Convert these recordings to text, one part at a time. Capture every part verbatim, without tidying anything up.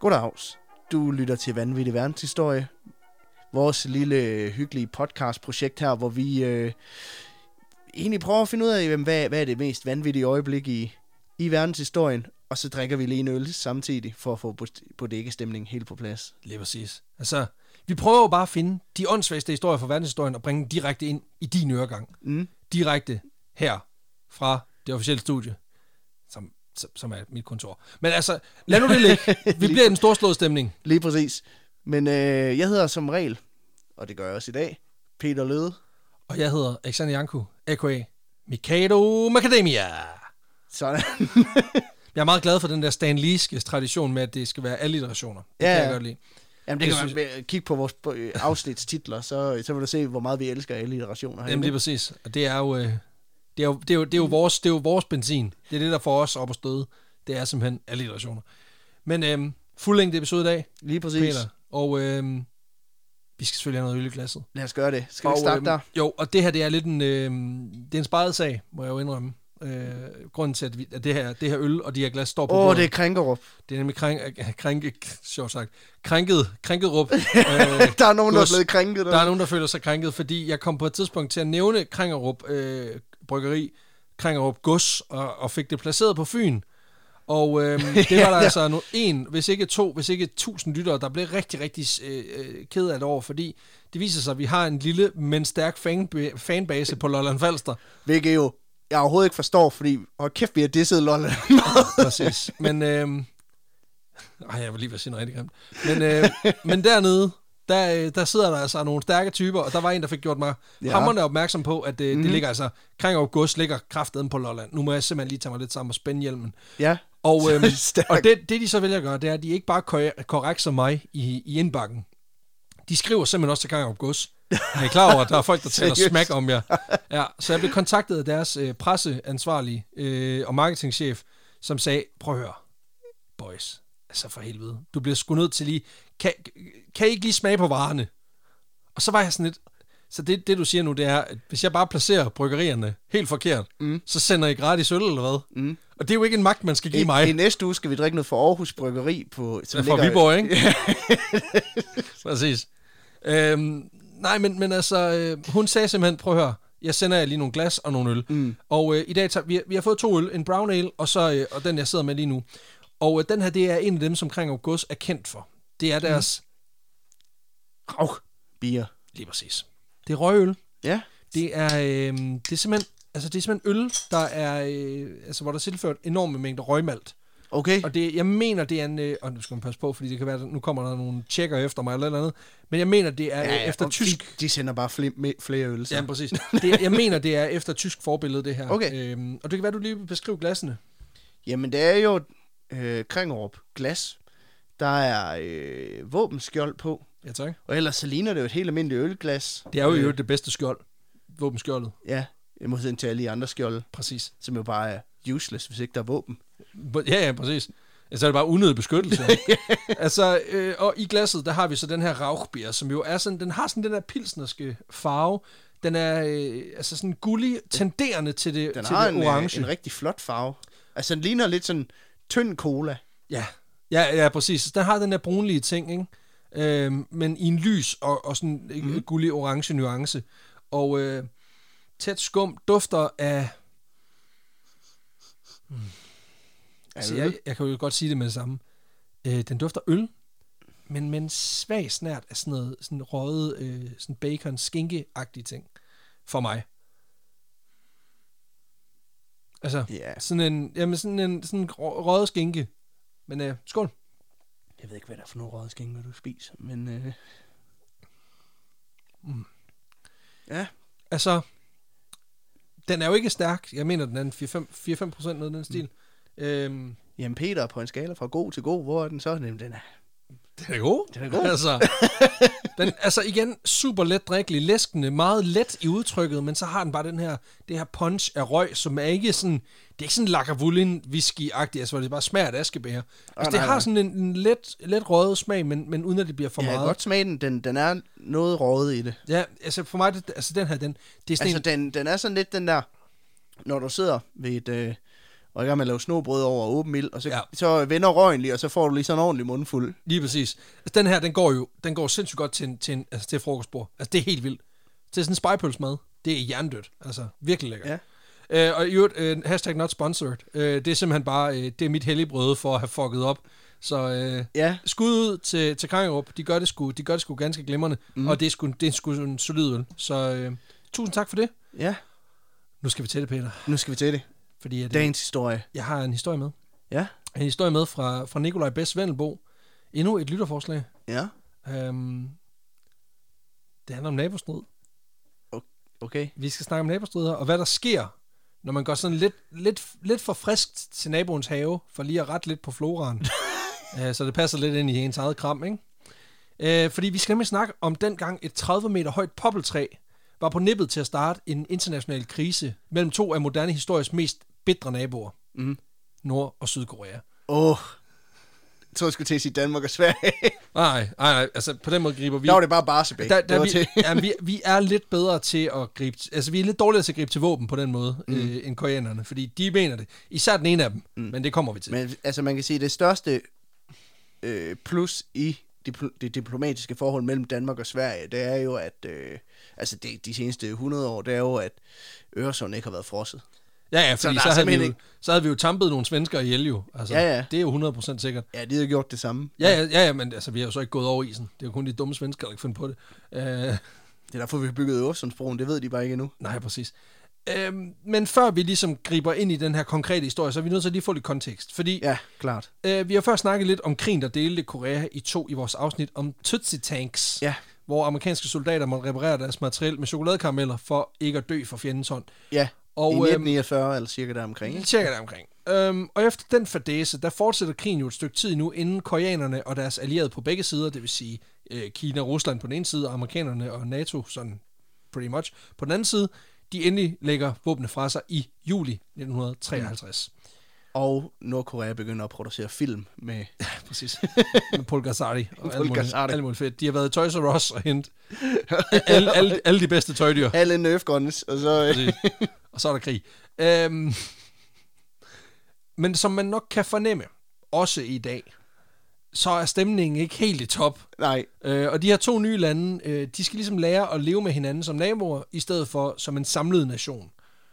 Goddags. Du lytter til Vanvittig Verdenshistorie. Vores lille hyggelige podcastprojekt her, hvor vi øh, egentlig prøver at finde ud af, hvad, hvad er det mest vanvittige øjeblik i, i verdenshistorien. Og så drikker vi lige en øl samtidig, for at få bodega-stemningen helt på plads. Lige præcis. Altså, vi prøver jo bare at finde de åndssvagste historier fra verdenshistorien og bringe dem direkte ind i din øregang. Mm. Direkte her fra det officielle studie, som, som er mit kontor. Men altså, lad nu det ligge. Vi bliver i den storslåede stemning. Lige præcis. Men øh, jeg hedder som regel, og det gør jeg også i dag, Peter Løde. Og jeg hedder Alexander Janku, a k a. Mikado Macadamia. Sådan. Jeg er meget glad for den der Stan Leeske tradition med, at det skal være alliterationer. Det ja, kan jeg godt lide. Jamen det kan man kigge på vores afsnitstitler, så, så vil du se, hvor meget vi elsker alliterationer. Jamen det er præcis. Og det er jo, det er jo, det er jo, det er jo, vores, det er jo vores benzin. Det er det, der får os op at støde. Det er simpelthen alliterationer. Men øhm, fuldlængde episode i dag. Lige præcis. Peter. Og øhm, vi skal selvfølgelig have noget øl i glasset. Lad os gøre det. Skal vi starte øhm, der? Jo, og det her, det er lidt en, øhm, det er en sparet sag, må jeg jo indrømme. Øh, grunden til, at, vi, at det, her, det her øl og de her glas står på Åh, bordet. det er Krænkerup. Det er nemlig krænk, krænke, sjovt sagt, krænket, krænket rup. øh, der er nogen, der er blevet krænket. Der. der er nogen, der føler sig krænket, fordi jeg kom på et tidspunkt til at nævne Krænkerup øh, Bryggeri, Krænkerup Gods, og, og fik det placeret på Fyn. Og øh, det var der ja. altså no, en, hvis ikke to, hvis ikke tusind lyttere, der blev rigtig, rigtig øh, ked af det over, fordi det viser sig, at vi har en lille, men stærk fan, fanbase på Lolland Falster. Hvilket jo jeg overhovedet ikke forstår, fordi hold kæft, vi har disset Lolland. Præcis. Men, øh, ej, jeg var lige ved at sige noget rigtig grimt. Men, øh, men dernede, der, der sidder der altså nogle stærke typer, og der var en, der fik gjort mig ja. hamrende opmærksom på, at øh, mm. det ligger altså, Krænkerup Gods ligger kraftedeme på Lolland. Nu må jeg simpelthen lige tage mig lidt sammen og spænde hjelmen. Ja. Og, øh, og det, det, de så vælger at gøre, det er, at de ikke bare er korrekt som mig i, i indbakken. De skriver simpelthen også til Krænkerup Gods. Jeg er klar over, at der er folk, der taler smack om jer. Ja, så jeg blev kontaktet af deres øh, presseansvarlige øh, og marketingchef, som sagde, prøv at høre, boys, altså for helvede, du bliver sgu nødt til lige, kan, kan I ikke lige smage på varerne? Og så var jeg sådan lidt, så det, det du siger nu, det er, at hvis jeg bare placerer bryggerierne helt forkert, mm. så sender I gratis øl, eller hvad? Mm. Og det er jo ikke en magt, man skal give I, mig. I næste uge skal vi drikke noget for Aarhus Bryggeri. På, som ja, fra Viborg, ikke? Præcis. Øhm, nej, men, men altså, øh, hun sagde simpelthen, prøv at høre, jeg sender jer lige nogle glas og nogle øl. Mm. Og øh, i dag, tager, vi, vi har fået to øl, en brown ale, og så øh, og den, jeg sidder med lige nu. Og øh, den her, det er en af dem, som Krænkerup Gods er kendt for. Det er deres mm. rauchbier. Lige præcis. Det er røgøl. Ja. Det er, øh, det er simpelthen, altså det er simpelthen øl, der er, øh, altså hvor der er tilført enorme mængder røgmalt. Okay. Og det, jeg mener, det er en... Øh, og nu skal man passe på, fordi det kan være, nu kommer der nogle tjekker efter mig eller eller andet. Men jeg mener, det er ja, ja, efter tysk... De, de sender bare flere, flere øl. Så. Ja, præcis. Det, jeg mener, det er efter tysk forbillede, det her. Okay. Øhm, og det kan være, du lige vil beskrive glassene. Jamen, det er jo øh, Krænkerup glas. Der er øh, våbenskjold på. Ja, tak. Og ellers så ligner det jo et helt almindeligt ølglas. Det er jo øh, det bedste skjold. Våbenskjoldet. Ja, i modsætning til alle de andre skjolde. Præcis. Som jo bare er useless, hvis ikke der er våben. Ja, ja, præcis. Altså, det er bare unødig beskyttelse. altså, øh, og i glasset, der har vi så den her rauchbier, som jo er sådan, den har sådan den der pilsnerske farve. Den er øh, altså sådan gullig, tenderende til det, den til har det en, orange. en rigtig flot farve. Altså, den ligner lidt sådan tynd cola. Ja, ja, ja, præcis. Den har den der brunlige ting, ikke? Øh, men i en lys og, og sådan en mm. gullig orange nuance. Og øh, tæt skum dufter af... Hmm. Altså, jeg, jeg kan jo godt sige det med det samme. Øh, den dufter øl, men med en svag snert af sådan noget sådan røget, øh, sådan bacon, skinke-agtige ting. For mig. Altså, yeah. sådan en, jamen sådan en sådan røget skinke. Men øh, skål. Jeg ved ikke, hvad der er for noget røget skinke, du spiser, men... Øh... Mm. Ja. Altså, den er jo ikke stærk. Jeg mener, den er fire til fem procent noget af den stil. Mm. Øhm, Jamen Peter, på en skala fra god til god, hvor er den så? Den er, den er god. Den er god. Altså, den, altså igen, super let drikkelig, læskende, meget let i udtrykket, men så har den bare den her, det her punch af røg, som er ikke sådan, det er ikke sådan Lagavulin whisky-agtigt, altså hvor det bare smager af askebær. Altså oh, det nej, har nej. sådan en, en let, let røget smag, men, men uden at det bliver for ja, meget. Jeg kan godt smage den, den, den er noget røget i det. Ja, altså for mig, det, altså den her, den, det er sådan altså en, den, den er sådan lidt den der, når du sidder ved et... Øh, og er i gang med at lave snobrød over åben ild, og så, Ja. så vender røgen lige, og så får du lige sådan en ordentlig mundfuld. Lige præcis. Altså, den her, den går jo den går sindssygt godt til, en, til, en, altså, til et frokostbord. Altså, det er helt vildt. Det er sådan en spejpølsmad. Det er hjernedødt. Altså, virkelig lækkert. Ja. Øh, og i øvrigt, øh, hashtag not sponsored. Øh, det er simpelthen bare, øh, det er mit helligbrød for at have fucket op. Så øh, Ja. skud ud til, til Kangerup. De gør det sgu, de gør det sgu ganske glimrende. Mm. Og det er sgu, det er sgu en solid øl. Så øh, tusind tak for det. Ja, Nu skal vi til det, Peter. nu skal vi til det. Fordi at, Dagens historie. jeg har en historie med. Ja. En historie med fra, fra Nikolaj Bess Vendelbo. Endnu et lytterforslag. Ja. Um, det handler om nabostrid. Okay. Vi skal snakke om nabostrider, og hvad der sker, når man går sådan lidt, lidt, lidt for friskt til naboens have, for lige at rette lidt på floraen. uh, så det passer lidt ind i ens eget kram, ikke? Uh, fordi vi skal nemlig snakke om dengang et tredive meter højt poppeltræ var på nippet til at starte en international krise mellem to af moderne historisk mest bitre naboer. Mm. Nord- og Sydkorea. Åh. Oh. Jeg tror, jeg skulle til at sige Danmark og Sverige. Nej, nej, nej, altså på den måde griber vi... Der var det bare Barsebæk. Der, der var vi, til. ja, vi, vi er lidt bedre til at gribe... Altså, vi er lidt dårligere til at gribe til våben på den måde, mm. øh, end koreanerne, fordi de mener det. Især den ene af dem, mm. men det kommer vi til. Men altså, man kan sige, det største øh, plus i dipl- det diplomatiske forhold mellem Danmark og Sverige, det er jo, at... Øh, altså, det, de seneste hundrede år, det er jo, at Øresund ikke har været frosset. Ja, ja, fordi så, så, så, havde vi jo, ikke... så havde vi jo tampet nogle svensker ihjel jo. Altså, ja, ja. Det er jo hundrede procent sikkert. Ja, de har gjort det samme. Ja, ja, ja, ja, men altså, vi har jo så ikke gået over isen. Det er jo kun de dumme svensker, der ikke finder på det. Uh, det er derfor, vi har bygget Øresundsbroen. Det ved de bare ikke endnu. Nej, præcis. Uh, men før vi ligesom griber ind i den her konkrete historie, så er vi nødt til at lige få lidt kontekst. Fordi ja, klart. Uh, vi har først snakket lidt om krigen, der delte Korea i to i vores afsnit om Tootsie Tanks. Ja. Hvor amerikanske soldater måtte reparere deres materiel med chokoladekarameller for ikke at dø for fjendens hånd. Ja, og, i nitten niogfyrre eller cirka deromkring. Ikke? Cirka deromkring. Um, og efter den fadæse, der fortsætter krigen jo et stykke tid nu, inden koreanerne og deres allierede på begge sider, det vil sige uh, Kina og Rusland på den ene side, og amerikanerne og NATO, sådan pretty much, på den anden side, de endelig lægger våbne fra sig i juli nitten treoghalvtreds. Mm. Og Nordkorea begynder at producere film med... Ja, præcis. Med Paul Gazzardi og Paul Gazzardi. alle mulige fedt. De har været i Toys R Us og hent alle, alle, alle de bedste tøjdyr. Alle Nerf guns, og så... og så er der krig. Um, men som man nok kan fornemme, også i dag, så er stemningen ikke helt i top. Nej. Uh, og de her to nye lande, uh, de skal ligesom lære at leve med hinanden som naboer, i stedet for som en samlet nation.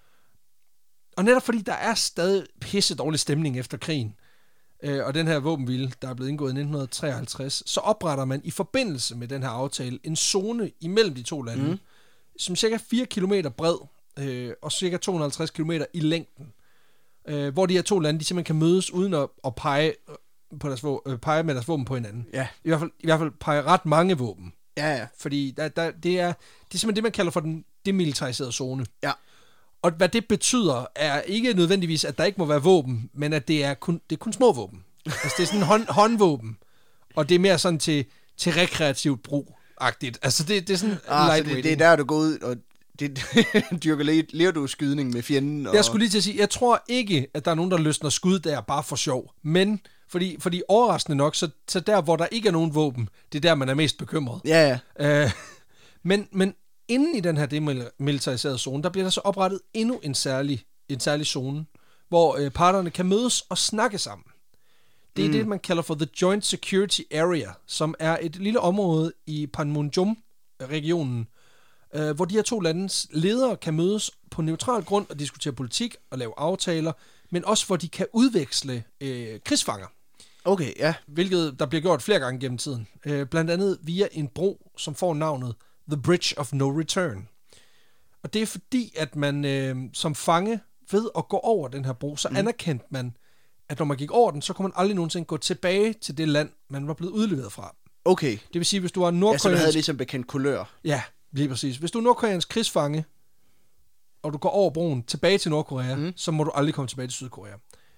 Og netop fordi der er stadig pisse dårlig stemning efter krigen, øh, og den her våbenhvile, der er blevet indgået i nitten treoghalvtreds, så opretter man i forbindelse med den her aftale en zone imellem de to lande, mm. som cirka fire kilometer bred, øh, og cirka to hundrede og halvtreds kilometer i længden, øh, hvor de her to lande, de simpelthen kan mødes uden at, at pege, på deres, øh, pege med deres våben på hinanden. Ja. I hvert fald, i hvert fald pege ret mange våben. Ja, ja. Fordi der, der, det, er, det er simpelthen det, man kalder for den demilitariserede zone. Ja. Og hvad det betyder, er ikke nødvendigvis, at der ikke må være våben, men at det er kun, det er kun små våben. Altså, det er sådan en hånd, håndvåben. Og det er mere sådan til, til rekreativt brug-agtigt. Altså, det, det er sådan ah, lightweight. Det, det er der, du går ud og det, dyrker lerdue-skydning med fjenden. Og... Jeg skulle lige til at sige, jeg tror ikke, at der er nogen, der løsner skud der bare for sjov. Men, fordi, fordi overraskende nok, så, så der, hvor der ikke er nogen våben, det er der, man er mest bekymret. Ja, ja. Øh, men, men inden i den her demilitariserede zone, der bliver der så oprettet endnu en særlig, en særlig zone, hvor øh, parterne kan mødes og snakke sammen. Det er mm. det, man kalder for The Joint Security Area, som er et lille område i Panmunjom-regionen, øh, hvor de her to landes ledere kan mødes på neutral grund og diskutere politik og lave aftaler, men også hvor de kan udveksle øh, krigsfanger. Okay, ja. Hvilket der bliver gjort flere gange gennem tiden. Øh, blandt andet via en bro, som får navnet The Bridge of No Return. Og det er fordi, at man øh, som fange ved at gå over den her bro, så mm. anerkendte man, at når man gik over den, så kunne man aldrig nogensinde gå tilbage til det land, man var blevet udleveret fra. Okay. Det vil sige, hvis du var nordkoreansk... Ja, så du havde ligesom bekendt kulør. Ja, lige præcis. Hvis du er nordkoreansk krigsfange, og du går over broen tilbage til Nordkorea, mm. så må du aldrig komme tilbage til Sydkorea.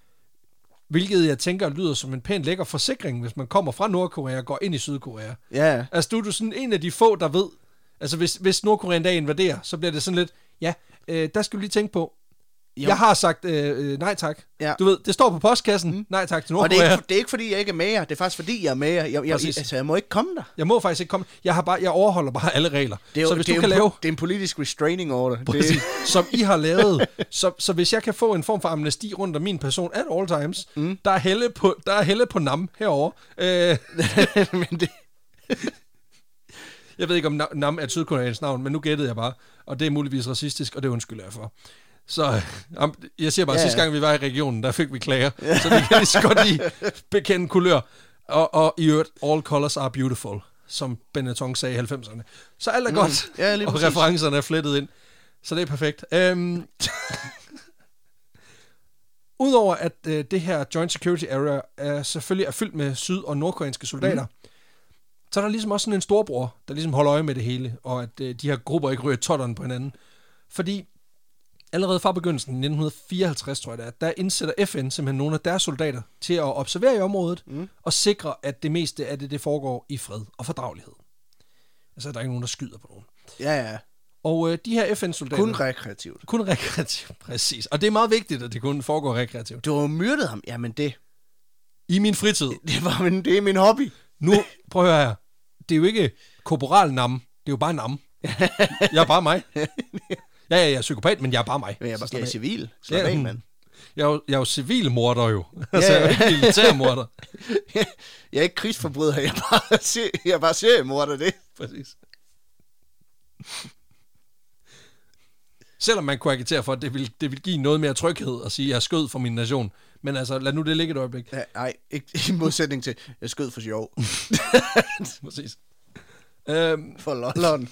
Hvilket jeg tænker lyder som en pæn lækker forsikring, hvis man kommer fra Nordkorea og går ind i Sydkorea. Ja. Yeah. Altså, du er du sådan en af de få, der ved... Altså, hvis, hvis Nordkorea en dag invaderer, så bliver det sådan lidt... Ja, øh, der skal du lige tænke på, Jo. Jeg har sagt øh, nej tak. Ja. Du ved, det står på postkassen. Mm. Nej tak til Nordkorea. Og det er, ikke, det er ikke fordi, jeg ikke er med jer. Det er faktisk fordi, jeg er med jer. Jeg, jeg, jeg, altså, jeg må ikke komme der. Jeg må faktisk ikke komme. Jeg, har bare, jeg overholder bare alle regler. Det er jo, så hvis det du er kan en, lave... Det er en politisk restraining order. Præcis, det... som I har lavet. Så, så hvis jeg kan få en form for amnesti rundt om min person at all times, mm. der er helle på, der er helle på nam herovre. Øh... Men det... Jeg ved ikke, om Nam er et sydkoreansk navn, men nu gættede jeg bare. Og det er muligvis racistisk, og det undskylder jeg for. Så jeg siger bare, ja, ja. Sidste gang vi var i regionen, der fik vi klager. Ja. Så vi kan lige så godt lige bekende kulør. Og, og i øvrigt, all colors are beautiful, som Benetton sagde i halvfemserne. Så alt er mm. godt, ja, og præcis. Referencerne er flettet ind. Så det er perfekt. Øhm. Udover at øh, det her Joint Security Area er selvfølgelig er fyldt med syd- og nordkoreanske soldater, mm. så er der ligesom også sådan en storbror, der ligesom holder øje med det hele, og at øh, de her grupper ikke ryger totterne på hinanden. Fordi allerede fra begyndelsen, nitten fireoghalvtreds tror jeg det er, der indsætter F N simpelthen nogle af deres soldater til at observere i området, mm. og sikre, at det meste af det, det foregår i fred og fordragelighed. Altså, der er ikke nogen, der skyder på nogen. Ja, ja. Og øh, de her F N-soldater... Kun rekreativt. Kun rekreativt, præcis. Og det er meget vigtigt, at det kun foregår rekreativt. Du har myrdet ham. Jamen det... I min fritid. Det, det, var min, det er min hobby. Nu, prøv at høre her. Det er jo ikke korporal nam. Det er jo bare nam. Jeg er bare mig. Ja, ja, jeg er psykopat, men jeg er bare mig. Jeg er, bare, jeg er civil. Slap af, mand. Jeg er jo, jeg er jo civilmorder jo. Altså, ja, ja. Jeg er jo ikke militærmorder. Jeg er ikke krigsforbryder. Jeg er bare, jeg er bare seriemorder, det. Præcis. Selvom man kunne agitere for, at det ville, det ville give noget mere tryghed at sige, at jeg skød for min nation. Men altså, lad nu det ligge et øjeblik. Ja, nej, ikke i modsætning til, jeg skød for sjov. Præcis. Øhm, for London.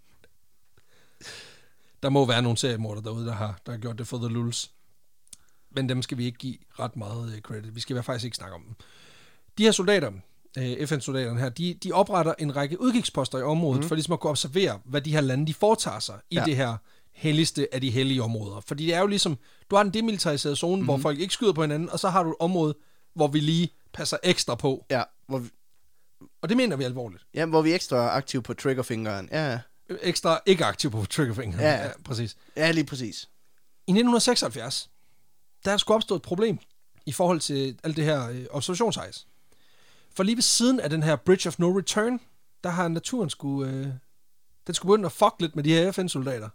Der må være nogle seriemorder derude, der har, der har gjort det for the lulz. Men dem skal vi ikke give ret meget credit. Vi skal faktisk ikke snakke om dem. De her soldater, F N-soldaterne her, de, de opretter en række udkigsposter i området, mm. for ligesom at kunne observere, hvad de her lande, de foretager sig i ja. det her helligste af de hellige områder. Fordi det er jo ligesom, du har en demilitariseret zone, mm-hmm. hvor folk ikke skyder på hinanden, og så har du et område, hvor vi lige passer ekstra på. Ja, hvor vi... Og det mener vi alvorligt. Ja, hvor vi er ekstra aktive på triggerfingeren. Ja. Ekstra ikke aktive på triggerfingeren. Ja. Ja, præcis. Ja, lige præcis. I nitten seksoghalvfjerds, der er sgu opstået et problem i forhold til alt det her øh, observationshejs. For lige ved siden af den her Bridge of No Return, der har naturen skulle, øh, den skulle begynde at fuck lidt med de her F N-soldater.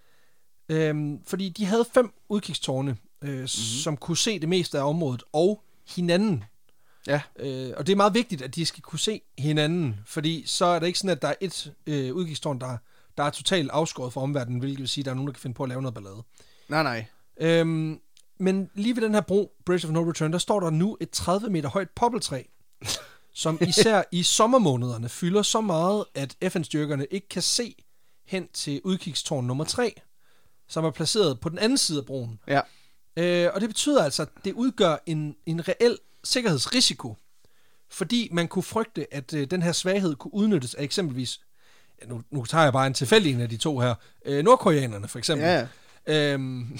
Øhm, fordi de havde fem udkigstårne, øh, mm-hmm. som kunne se det meste af området, og hinanden. Ja. Øh, og det er meget vigtigt, at de skal kunne se hinanden, fordi så er det ikke sådan, at der er et øh, udkigstårn, der, der er totalt afskåret fra omverdenen, hvilket vil sige, at der er nogen, der kan finde på at lave noget ballade. Nej, nej. Øhm, men lige ved den her bro, Bridge of No Return, der står der nu et tredive meter højt poppeltræ, som især i sommermånederne fylder så meget, at F N-styrkerne ikke kan se hen til udkigstårn nummer tre, som er placeret på den anden side af broen. Ja. Øh, og det betyder altså, at det udgør en, en reel sikkerhedsrisiko, fordi man kunne frygte, at øh, den her svaghed kunne udnyttes af eksempelvis, ja, nu, nu tager jeg bare en tilfældig en af de to her, øh, nordkoreanerne for eksempel. Ja. Øhm,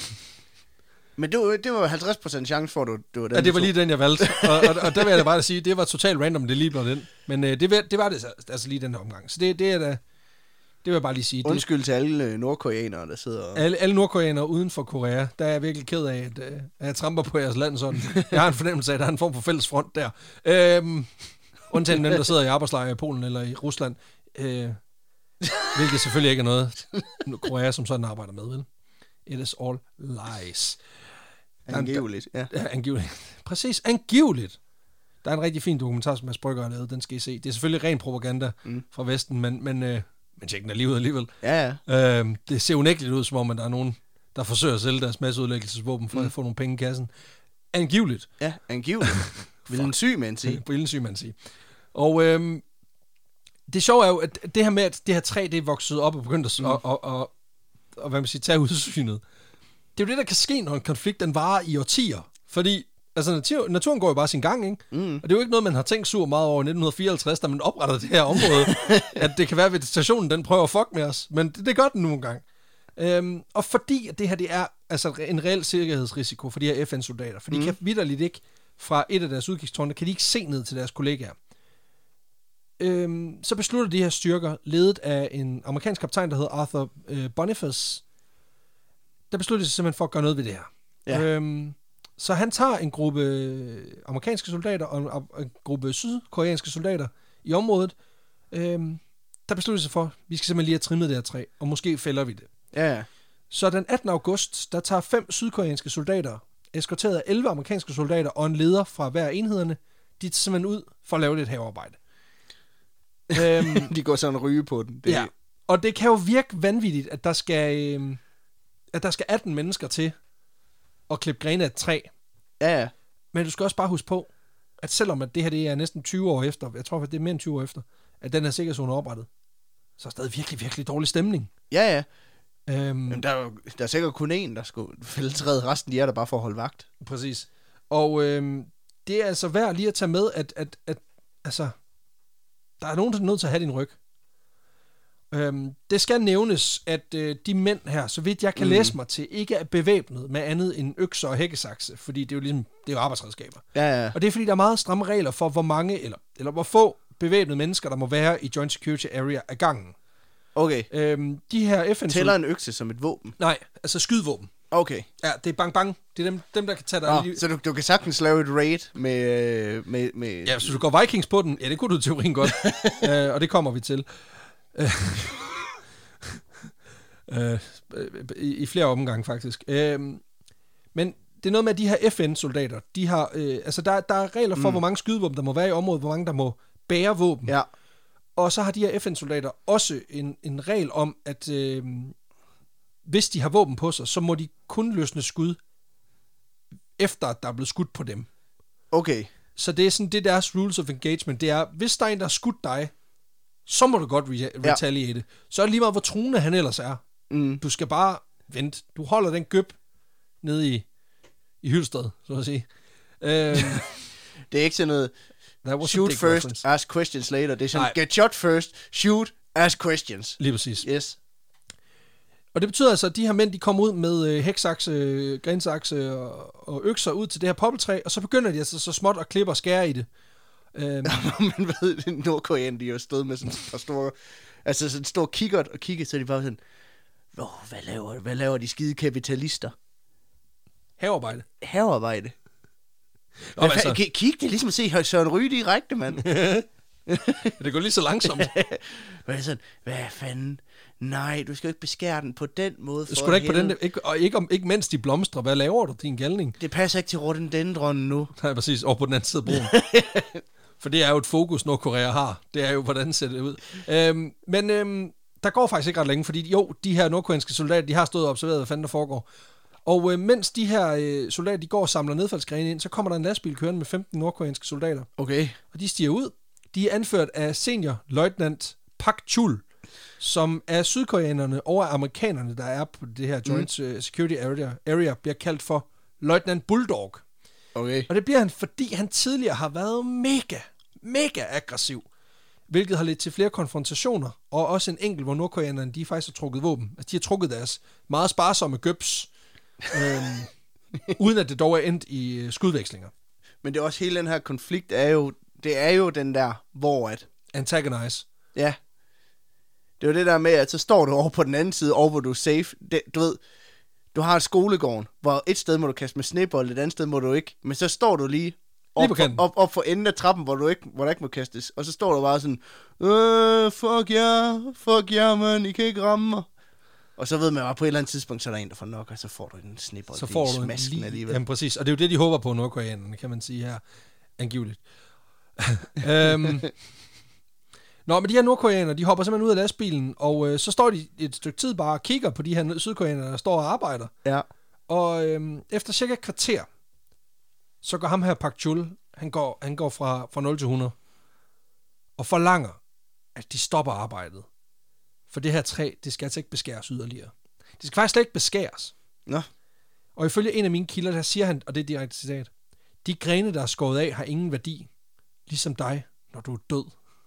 Men det, det var halvtreds procent chance for, at du, du var den. Ja, det var lige den, jeg valgte. og, og, og der vil jeg da bare sige, det var totalt random, det lige blev den. Men øh, det, det var det altså lige den her omgang. Så det, det er da... Det vil jeg bare lige sige. Undskyld til alle nordkoreanere, der sidder og... Alle, alle nordkoreanere uden for Korea, der er jeg virkelig ked af, at, at jeg tramper på jeres land sådan. Jeg har en fornemmelse af, at der er en form for fælles front der. Øhm, undtagen dem, der sidder i arbejdslejre i Polen eller i Rusland. Øh, hvilket selvfølgelig ikke er noget, Korea som sådan arbejder med, vel? It is all lies. Angiveligt, ja. Ja, angiveligt. Præcis, angiveligt. Der er en rigtig fin dokumentar, som Mads Brygger har lavet. Den skal I se. Det er selvfølgelig ren propaganda mm. fra Vesten, men... men øh, Men tjek den alligevel alligevel. Ja, ja. Øhm, det ser unægteligt ud, som om der er nogen, der forsøger at sælge deres masseudlæggelsesvåben for mm. at få nogle penge i kassen. Angiveligt. Ja, angiveligt. Vil en syg mand sige. Vil en syg mand sige. Og øhm, det sjove er jo, at det her med, at det her træ, det er vokset op og begyndt at, mm. og, og, og, og, hvad man siger, tage udsynet. Det er jo det, der kan ske, når en konflikt den varer i årtier. Fordi altså, natur, naturen går jo bare sin gang, ikke? Mm. Og det er jo ikke noget, man har tænkt sur meget over i nitten fireoghalvtreds, da man oprettede det her område, at det kan være, at vegetationen den prøver at fuck med os. Men det, det gør den nu engang. Øhm, og fordi at det her det er altså en reel sikkerhedsrisiko for de her F N-soldater, for de mm. kan vitterligt ikke fra et af deres udkigstårne, kan de ikke se ned til deres kollegaer. Øhm, så beslutter de her styrker, ledet af en amerikansk kaptajn, der hedder Arthur øh, Boniface, der besluttede sig simpelthen for at gøre noget ved det her. Ja. Øhm, så han tager en gruppe amerikanske soldater og en, en gruppe sydkoreanske soldater i området, øhm, der besluttede sig for, at vi skal simpelthen lige have trimmet det her træ, og måske fælder vi det. Ja, ja. Så den attende august, der tager fem sydkoreanske soldater, eskorteret af elleve amerikanske soldater og en leder fra hver enhederne, de tager simpelthen ud for at lave lidt havearbejde. øhm, de går sådan en ryge på den. Det... Ja, og det kan jo virke vanvittigt, at der skal, øh, at der skal atten mennesker til at klippe grene af et træ. Ja, ja. Men du skal også bare huske på, at selvom at det her det er næsten tyve år efter, jeg tror, at det er mere end tyve år efter, at den her sikkerhedszone er oprettet, så er der stadig virkelig, virkelig dårlig stemning. Ja, ja. Øhm, Men der er, jo, der er sikkert kun én, der skulle fælde træet. Resten de er der bare for at holde vagt. Præcis. Og øhm, det er altså værd lige at tage med, at, at, at altså, der er nogen, der er nødt til at have din ryg. Øhm, det skal nævnes, at øh, de mænd her, så vidt jeg kan mm. læse mig til, ikke er bevæbnet med andet end økser og hækkesakse, fordi det er jo ligesom, det er jo arbejdsredskaber. Ja, ja. Og det er fordi, der er meget stramme regler for, hvor mange, eller, eller hvor få bevæbnede mennesker, der må være i Joint Security Area af gangen. Okay. Øhm, de her F N... Tæller en økse som et våben? Nej, altså skydvåben. Okay. Ja, det er bang bang. Det er dem, dem der kan tage dig... Nå, lige... Så du, du kan sagtens lave et raid med... med, med... Ja, så du går Vikings på den. Ja, det kunne du i teorien godt. uh, og det kommer vi til. Uh, uh, i, I flere omgange, faktisk. Uh, men det er noget med, at de her F N-soldater, de har... Uh, altså, der, der er regler for, mm. hvor mange skydevåben der må være i området, hvor mange der må bære våben. Ja. Og så har de her F N-soldater også en, en regel om, at øh, hvis de har våben på sig, så må de kun løsne skud, efter at der er blevet skudt på dem. Okay. Så det er sådan, det er deres rules of engagement. Det er, hvis der er en, der har skudt dig, så må du godt re- retaliate. Ja. Så er det lige meget, hvor truende han ellers er. Mm. Du skal bare vente. Du holder den gøb nede i, i Hylsted, så at sige. øhm, det er ikke sådan noget... Shoot first, reference. Ask questions later. Det er sådan, get shot first, shoot, ask questions. Lige præcis. Yes. Og det betyder altså, at de her mænd, de kommer ud med øh, hæksakse, grensakse og, og økser ud til det her poppeltræ, og så begynder de altså så småt at klippe og skære i det. Øhm. Men ved, Nordkorean, de har jo stået med sådan en stor, altså sådan en stor kikkert og kigget, så de bare sådan, oh, hvad laver, hvad laver de skide kapitalister? Havearbejde. Havearbejde. Nå, altså. Kig, kig, det er ligesom at se Søren Ryge direkte, mand. Det går lige så langsomt. Hvad er sådan, hvad fanden? Nej, du skal jo ikke beskære den på den måde. For skulle ikke på den, ikke, og ikke, om, ikke mens de blomstrer. Hvad laver du, din galning? Det passer ikke til rhododendronen nu. Nej, præcis. Over på den anden side af broen. For det er jo et fokus, Nordkorea har. Det er jo, hvordan ser det ud. Øhm, men øhm, der går faktisk ikke ret længe, fordi jo, de her nordkoreanske soldater, de har stået og observeret, hvad fanden der foregår. Og øh, mens de her øh, soldater, de går og samler nedfaldsgrene ind, så kommer der en lastbil kørende med femten nordkoreanske soldater. Okay. Og de stiger ud. De er anført af senior løjtnant Pak Chul, som er sydkoreanerne og amerikanerne, der er på det her Joint mm. Security Area, area, bliver kaldt for løjtnant Bulldog. Okay. Og det bliver han, fordi han tidligere har været mega, mega aggressiv, hvilket har ledt til flere konfrontationer, og også en enkelt, hvor nordkoreanerne, de faktisk har trukket våben. Altså, de har trukket deres meget sparsomme gøbs, øhm, uden at det dog er endt i øh, skudvekslinger. Men det er også hele den her konflikt, er jo, det er jo den der, hvor at... Antagonize. Ja. Det er jo det der med, at så står du over på den anden side, over hvor du er safe. Det, du ved, du har et skolegården, hvor et sted må du kaste med snebold, et andet sted må du ikke. Men så står du lige op, lige op, op for enden af trappen, hvor, du ikke, hvor der ikke må kastes. Og så står du bare sådan, øh, fuck ja, yeah, fuck ja, yeah, man, I kan ikke ramme mig. Og så ved man, at på et eller andet tidspunkt, så er der en, der får nok, og så får du en snebold. Så får du en lige, alligevel. Jamen præcis, og det er jo det, de håber på, nordkoreanerne, kan man sige her, angiveligt. um, Nå, men de her nordkoreanere, de hopper simpelthen ud af lastbilen, og øh, så står de et stykke tid bare og kigger på de her sydkoreanere, der står og arbejder. Ja. Og øh, efter cirka et kvarter, så går ham her Pak Chul, han går, han går fra, fra nul til hundrede, og forlanger, at de stopper arbejdet. For det her træ, det skal altså ikke beskæres yderligere. Det skal faktisk slet ikke beskæres. Nå. Og ifølge en af mine kilder, der siger han, og det er direkte citat, de grene, der er skåret af, har ingen værdi, ligesom dig, når du er død.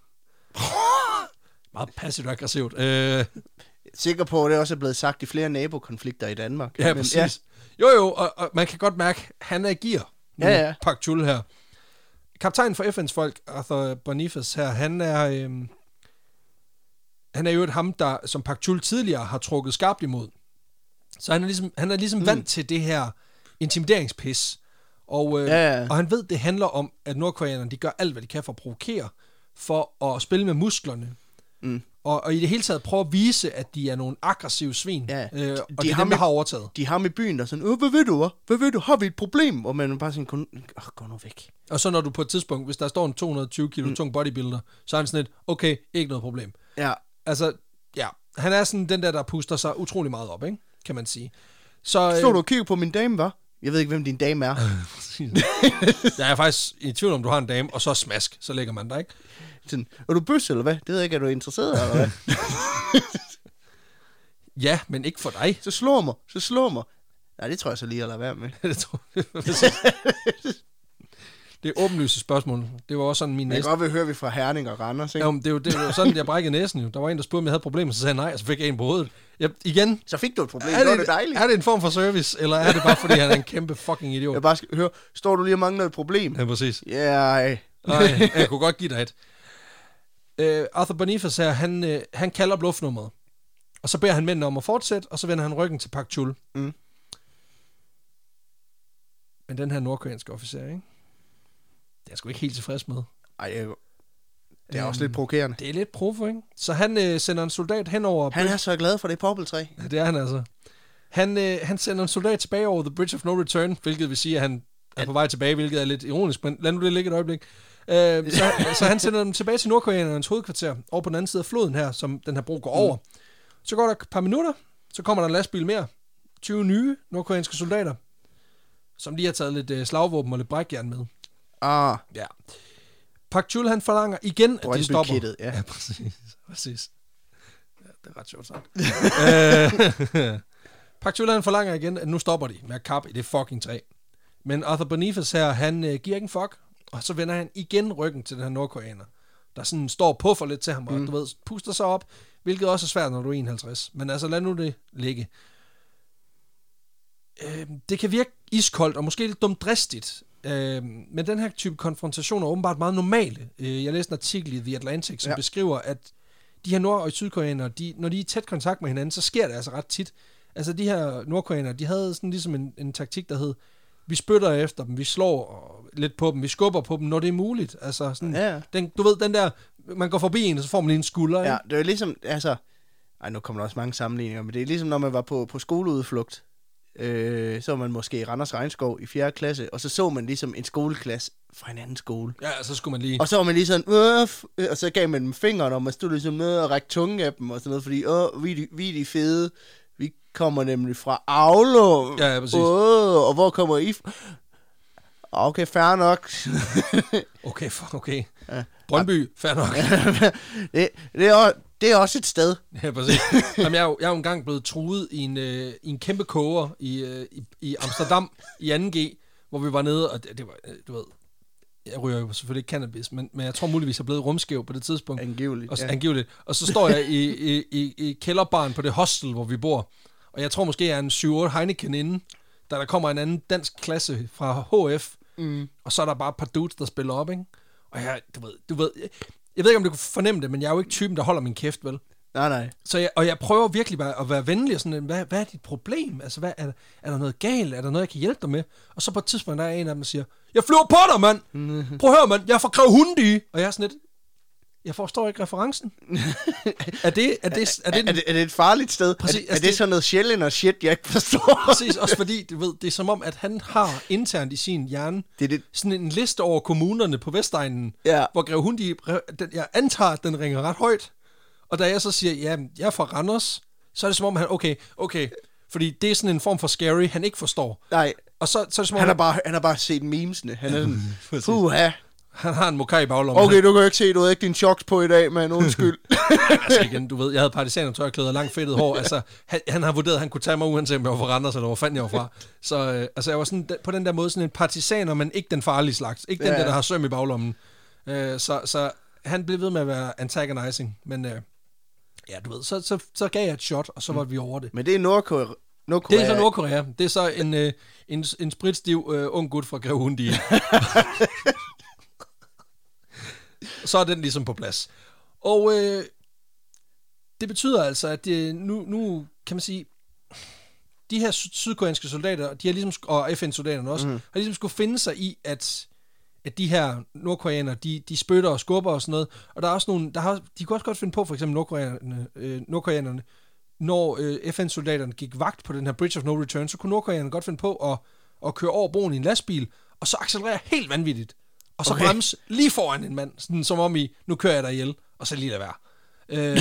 Meget passivt og aggressivt. Øh. Sikker på, at det også er blevet sagt i flere nabokonflikter i Danmark. Ja, præcis. Ja. Jo, jo, og, og man kan godt mærke, at han agerer. Ja, ja. Pak Chul her. Kaptajnen for F N's folk, Arthur Boniface her, han er... Øh, han er jo et ham, der som Pak Chul tidligere har trukket skarpt imod. Så han er ligesom, han er ligesom mm. vant til det her intimideringspis. Og, øh, ja, ja. og han ved, det handler om, at nordkoreanerne, de gør alt, hvad de kan for at provokere, for at spille med musklerne. Mm. Og, og i det hele taget prøve at vise, at de er nogle aggressive svin. Ja. Øh, og de det er dem, der har overtaget. De har med byen, der sådan, øh, hvad ved du, hva? Hvad ved du? Har vi et problem? Og man bare sådan, åh, gå nu væk. Og så når du på et tidspunkt, hvis der står en to hundrede og tyve kilo mm. tung bodybuilder, så er han sådan et, okay, ikke noget problem. Ja. Altså, ja, han er sådan den der, der puster sig utrolig meget op, ikke? Kan man sige. Så Står du og kigger på min dame, hva'? Jeg ved ikke, hvem din dame er. Jeg er faktisk i tvivl om, du har en dame, og så smask, så lægger man dig, ikke? Sådan, er du bøs, eller hvad? Det ved jeg ikke, er du interesseret, eller hvad? Ja, men ikke for dig. Så slå mig, så slå mig. Nej, det tror jeg så lige, at lade være med. Det tror jeg. Det er åbenlyse spørgsmål. Det var også sådan min næste. Jeg kan godt vil høre, vi fra Herning og Randers, ikke? Jo, det er jo, det er jo sådan, jeg brækkede næsen. Jo. Der var en, der spurgte, om jeg havde problemer, så sagde jeg nej, og så fik jeg en på hovedet. Jeg, igen. Så fik du et problem, er det, det dejligt. Er det en form for service, eller er det bare, fordi han er en kæmpe fucking idiot? Jeg bare skal høre, står du lige og mangler et problem? Ja, præcis. Ja, yeah. Nej, jeg kunne godt give dig et. Uh, Arthur Boniface her, han, uh, han kalder bluffnummeret. Og så beder han mændene om at fortsætte, og så vender han ryggen til Pak Chul. Mm. Men den her nordkoreanske officer, ikke? Det er jeg sgu ikke helt tilfreds med. Ej, jeg... det er um, også lidt provokerende. Det er lidt provo, ikke? Så han øh, sender en soldat hen over... Han er så glad for det poppeltræ. Ja, det er han altså. Han, øh, han sender en soldat tilbage over The Bridge of No Return, hvilket vil sige, at han er på vej tilbage, hvilket er lidt ironisk, men lad nu det ligge et øjeblik. Øh, så, så han sender dem tilbage til nordkoreanernes hovedkvarter, over på den anden side af floden her, som den her bro går over. Mm. Så går der et par minutter, så kommer der en lastbil mere. tyve nye nordkoreanske soldater, som lige har taget lidt øh, slagvåben og lidt brækjern med. Ah. Ja. Pak Chul, han forlanger igen, at de stopper. Kittet, ja. Ja, præcis. præcis. Ja, det er ret sjovt sagt. øh, Pak Chul, han forlanger igen, at nu stopper de med at kappe i det fucking træ. Men Arthur Boniface her, han øh, giver ikke en fuck, og så vender han igen ryggen til den her nordkoreaner, der sådan står på for lidt til ham, og mm. du ved, puster sig op, hvilket også er svært, når du er enoghalvtreds. Men altså, lad nu det ligge. Øh, det kan virke iskoldt, og måske lidt dumdristigt, øh, men den her type konfrontationer er åbenbart meget normale. Øh, jeg læste en artikel i The Atlantic, som ja. beskriver, at de her nord- og sydkoreanere, de, når de er i tæt kontakt med hinanden, så sker det altså ret tit. Altså, de her nordkoreanere, de havde sådan ligesom en, en taktik, der hed, vi spytter efter dem, vi slår lidt på dem, vi skubber på dem, når det er muligt. Altså, sådan, ja. den, du ved, den der, man går forbi en, og så får man lige en skulder. Ja, ikke? det er ligesom, altså, ej, nu kommer der også mange sammenligninger, men det er ligesom, når man var på, på skoleudflugt, øh, så var man måske i Randers Regnskov i fjerde klasse, og så så man ligesom en skoleklasse fra en anden skole. Ja, så skulle man lige... Og så var man lige sådan, øh, og så gav man dem fingeren, og man stod ligesom nede og rækte tungen af dem, og sådan noget, fordi, åh, vi er de, vi er de fede, vi kommer nemlig fra Aulum. Ja, ja, præcis. Åh, og hvor kommer I fra? Okay, fair nok. okay, okay. Ja. Brøndby, fair nok. det, det, er, det er også et sted. Ja, præcis. Jamen, jeg, er jo, jeg er jo engang blevet truet i en, øh, i en kæmpe koger i, øh, i, i Amsterdam i anden G, hvor vi var nede, og det, det var, du ved, jeg ryger jo selvfølgelig ikke cannabis, men, men jeg tror muligvis, jeg er blevet rumskæv på det tidspunkt. Angiveligt, og, ja. Angiveligt. Og så står jeg i, i, i, i kælderbaren på det hostel, hvor vi bor, og jeg tror måske, jeg er en syv otte Heineken inden, da der kommer en anden dansk klasse fra H F, mm. og så er der bare et par dudes, der spiller op, ikke? Og jeg, du ved, du ved, jeg, jeg ved ikke, om du kunne fornemme det, men jeg er jo ikke typen, der holder min kæft, vel? Nej, nej. Så jeg, og jeg prøver virkelig bare at være venlig og sådan, hvad, hvad er dit problem? Altså, hvad, er, er der noget galt? Er der noget, jeg kan hjælpe dig med? Og så på et tidspunkt, der er en af dem, der siger, jeg flyver på dig, mand! Mm. Prøv at høre, mand, jeg er fra Grev Hundi! Og jeg er sådan lidt, jeg forstår ikke referencen. er, det, er, det, er, det, er, det, er det et farligt sted? Præcis, er, er det, det sådan noget sjældent og shit, jeg ikke forstår? Præcis, også fordi, du ved, det er som om, at han har internt i sin hjerne det er det. sådan en liste over kommunerne på Vestegnen, ja. hvor Grev Hundi, den, jeg antager, at den ringer ret højt. Og da jeg så siger, ja, jeg er fra Randers, så er det som om, han, okay, okay, fordi det er sådan en form for scary, han ikke forstår. Nej, og så, så er det som om, han, har bare, han har bare set memesene. Han er sådan, puha. Han har en mokai i baglommen. Okay, du kan jo ikke se, du havde ikke din shocks på i dag, men undskyld. altså igen, du ved, jeg havde partisanertørklæder og langt fedtet hår. Altså, han, han har vurderet, at han kunne tage mig uanset om jeg var fra Randers, eller hvor fanden jeg var fra. Så øh, altså, jeg var sådan, på den der måde sådan en partisaner, men ikke den farlige slags. Ikke den ja. der, der har søm i baglommen. Øh, så, så han blev ved med at være antagonizing. Men øh, ja, du ved, så, så, så gav jeg et shot, og så var vi over det. Men det er Nordkorea. Nordkorea. Det er så Nordkorea. Det er så en, øh, en, en spritstiv øh, ung gut fra Grev Hundi. Så er den ligesom på plads. Og øh, det betyder altså, at det, nu, nu kan man sige, de her syd- sydkoreanske soldater, de har ligesom, og F N-soldaterne også, mm. har ligesom skulle finde sig i, at, at de her nordkoreanere, de, de spytter og skubber og sådan noget. Og der er også nogle, der har, de kunne også godt finde på, for eksempel nordkoreanerne, øh, nordkoreanerne når øh, F N-soldaterne gik vagt på den her Bridge of No Return, så kunne nordkoreanerne godt finde på at, at køre over broen i en lastbil, og så accelerere helt vanvittigt. Og så okay. bremse lige foran en mand, sådan, som om i, nu kører jeg dig ihjel, og så lige lade være. Øh,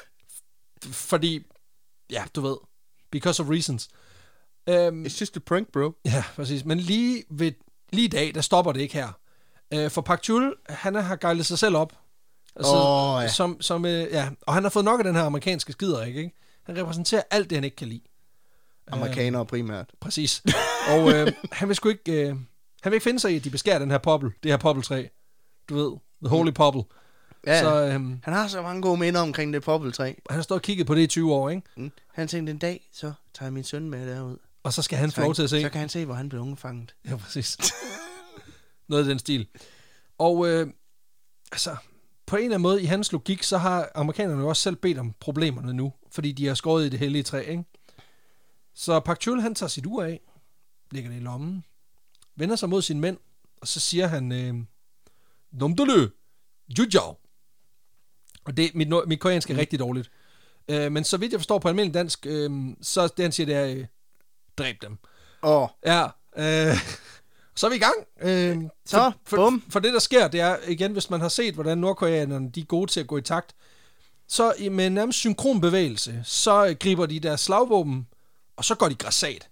fordi, ja, du ved, because of reasons. Um, It's just a prank, bro. Ja, præcis. Men lige, ved, lige i dag, der stopper det ikke her. Uh, for Park Chul, han har gejlet sig selv op. Altså, oh, ja. Som, som, uh, ja. Og han har fået nok af den her amerikanske skider, ikke? Han repræsenterer alt det, han ikke kan lide. Amerikanere uh, primært. Præcis. Og uh, han vil sgu ikke... Uh, han vil ikke finde sig i, at de beskærer den her poppel. Det her poppeltræ. Du ved, the holy poppel. Ja, så, øhm, han har så mange gode minder omkring det poppeltræ. Han har stået og kigget på det i tyve år, ikke? Mm. Han tænkte, en dag, så tager jeg min søn med derud. Og så skal han få lov til at se. Så kan han se, hvor han blev ungefanget. Ja, præcis. Noget af den stil. Og øh, altså, på en eller anden måde, i hans logik, så har amerikanerne jo også selv bedt om problemerne nu, fordi de har skåret i det hellige træ, ikke? Så Park Chul, han tager sit ur af, lægger det i lommen, vender sig mod sine mænd, og så siger han, øh, Nomdolø, Jujao. Og det, mit, mit koreansk er mm. rigtig dårligt. Øh, men så vidt jeg forstår på almindelig dansk, øh, så det han siger, det er, øh, dræb dem. Åh. Oh. Ja, øh, så er vi i gang. Øh, så, for, bum. For, for det, der sker, det er, igen, hvis man har set, hvordan nordkoreanerne, de er gode til at gå i takt, så med nærmest synkron bevægelse, så griber de deres slagvåben, og så går de græssat.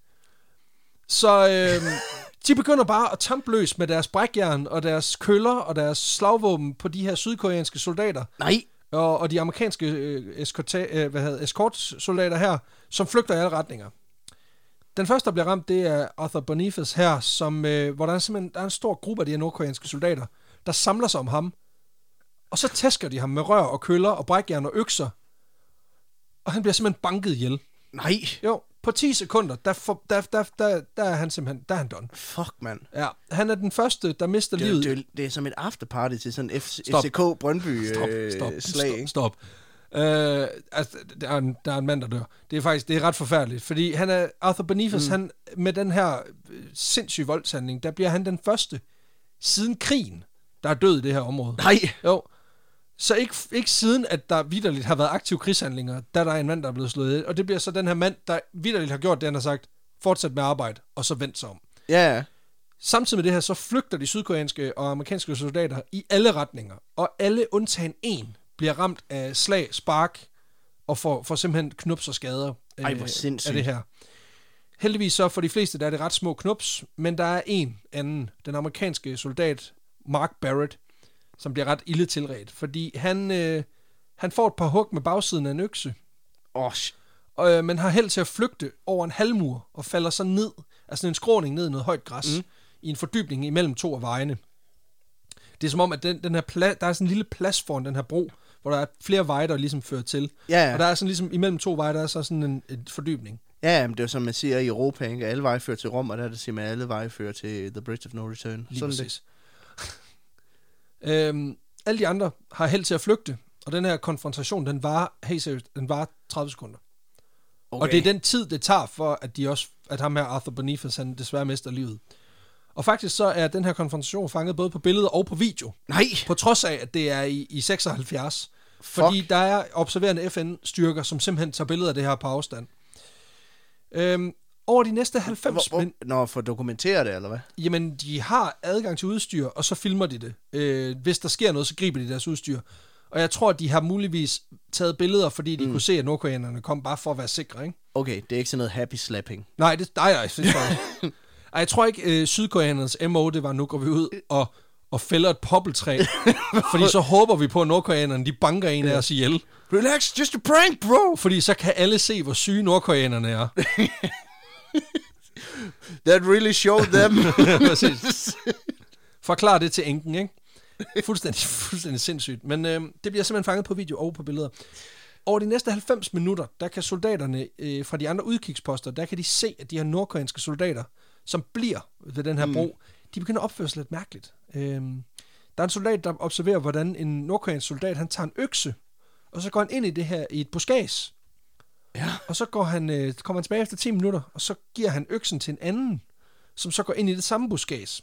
Så øh, de begynder bare at tampe løs med deres brækjern og deres køller og deres slagvåben på de her sydkoreanske soldater. Nej. Og, og de amerikanske øh, eskorta, øh, hvad hedder, eskortsoldater her, som flygter i alle retninger. Den første, der bliver ramt, det er Arthur Boniface her, som, øh, hvor der er simpelthen der er en stor gruppe af de her nordkoreanske soldater, der samler sig om ham. Og så tæsker de ham med rør og køller og brækjern og økser. Og han bliver simpelthen banket ihjel. Nej. Jo, på ti sekunder, der, for, der, der, der, der er han simpelthen, der er han done. Fuck, mand. Ja, han er den første, der mister det, livet. Det, det er som et afterparty til sådan en F C K Brøndby stop, øh, stop, slag. Stop, stop. Uh, altså, der er, en, der er en mand, der dør. Det er faktisk, det er ret forfærdeligt, fordi han er, Arthur Boniface, mm. han, med den her sindssyge voldshandling, der bliver han den første siden krigen, der er død i det her område. Nej. Jo. Så ikke, ikke siden, at der vitterligt har været aktive krigshandlinger, der er der en mand, der er blevet slået ihjel. Og det bliver så den her mand, der vitterligt har gjort det, han har sagt, fortsæt med arbejde, og så vent sig om. Ja. Yeah. Samtidig med det her, så flygter de sydkoreanske og amerikanske soldater i alle retninger. Og alle undtagen en bliver ramt af slag, spark, og får, får simpelthen knups og skader øh, Ej, hvor sindssygt. af det her. Heldigvis så for de fleste, der er det ret små knups, men der er en anden, den amerikanske soldat, Mark Barrett, som bliver ret ille tilredt, fordi han, øh, han får et par hug med bagsiden af en økse, oh. og, øh, men har held til at flygte over en halvmur, og falder så ned, altså en skråning ned i noget højt græs, mm. i en fordybning imellem to af vejene. Det er som om, at den, den her pla- der er sådan en lille plads foran den her bro, hvor der er flere veje, der ligesom fører til. Ja. Og der er sådan ligesom imellem to veje, der er så sådan en, en fordybning. Ja, men det er jo som man siger i Europa, ikke? Alle veje fører til Rom, og der er det simpelthen alle veje fører til The Bridge of No Return. Lige sådan præcis. øhm, alle de andre har held til at flygte, og den her konfrontation, den var, hey seriøst, den var tredive sekunder. Okay. Og det er den tid, det tager for, at de også, at ham her Arthur Boniface, han desværre mister livet. Og faktisk så er den her konfrontation fanget både på billeder og på video. Nej! På trods af, at det er i, i seksoghalvfjerds. Fuck. Fordi der er observerende F N-styrker, som simpelthen tager billeder af det her på afstand. Øhm, over de næste halvfems... Hvor, hvor, når for at dokumentere det, eller hvad? Jamen, de har adgang til udstyr, og så filmer de det. Øh, hvis der sker noget, så griber de deres udstyr. Og jeg tror, at de har muligvis taget billeder, fordi de mm. kunne se, at nordkoreanerne kom bare for at være sikre, ikke? Okay, det er ikke sådan noget happy slapping. Nej, det, nej, nej, det tror jeg ikke. Ej, jeg tror ikke, øh, sydkoreanernes M O, det var, nu går vi ud og, og fælder et poppeltræ. Fordi så håber vi på, at nordkoreanerne, de banker en af os ihjel. Relax, just a prank, bro! Fordi så kan alle se, hvor syge nordkoreanerne er. That really showed them. Præcis. Forklar det til enken, ikke? Fuldstændig, fuldstændig sindssygt. Men øh, det bliver simpelthen fanget på video og på billeder. Over de næste halvfems minutter, der kan soldaterne øh, fra de andre udkigsposter, der kan de se, at de her nordkoreanske soldater, som bliver ved den her bro, mm. de begynder at opføre sig lidt mærkeligt. Øh, der er en soldat, der observerer, hvordan en nordkoreansk soldat, han tager en økse, og så går han ind i det her i et buskage. Ja. Og så går han, øh, kommer han tilbage efter ti minutter, og så giver han øksen til en anden, som så går ind i det samme buskads.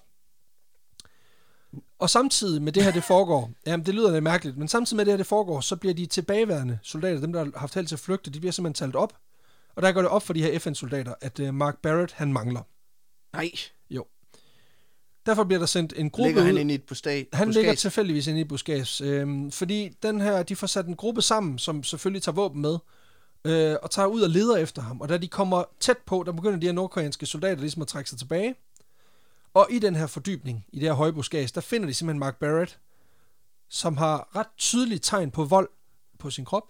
Og samtidig med det her, det foregår, jamen det lyder lidt mærkeligt, men samtidig med det her, det foregår, så bliver de tilbageværende soldater, dem der har haft held til at flygte, de bliver simpelthen talt op. Og der går det op for de her F N-soldater, at uh, Mark Barrett, han mangler. Nej. Jo. Derfor bliver der sendt en gruppe ligger ud. han inde i et buskads? Han ligger tilfældigvis inde i et buskads. Øhm, fordi den her, de får sat en gruppe sammen, som selvfølgelig tager våben med, øh, og tager ud og leder efter ham. Og da de kommer tæt på, der begynder de her nordkoreanske soldater ligesom at trække sig tilbage. Og i den her fordybning, i det her høje buskads, der finder de simpelthen Mark Barrett, som har ret tydeligt tegn på vold på sin krop.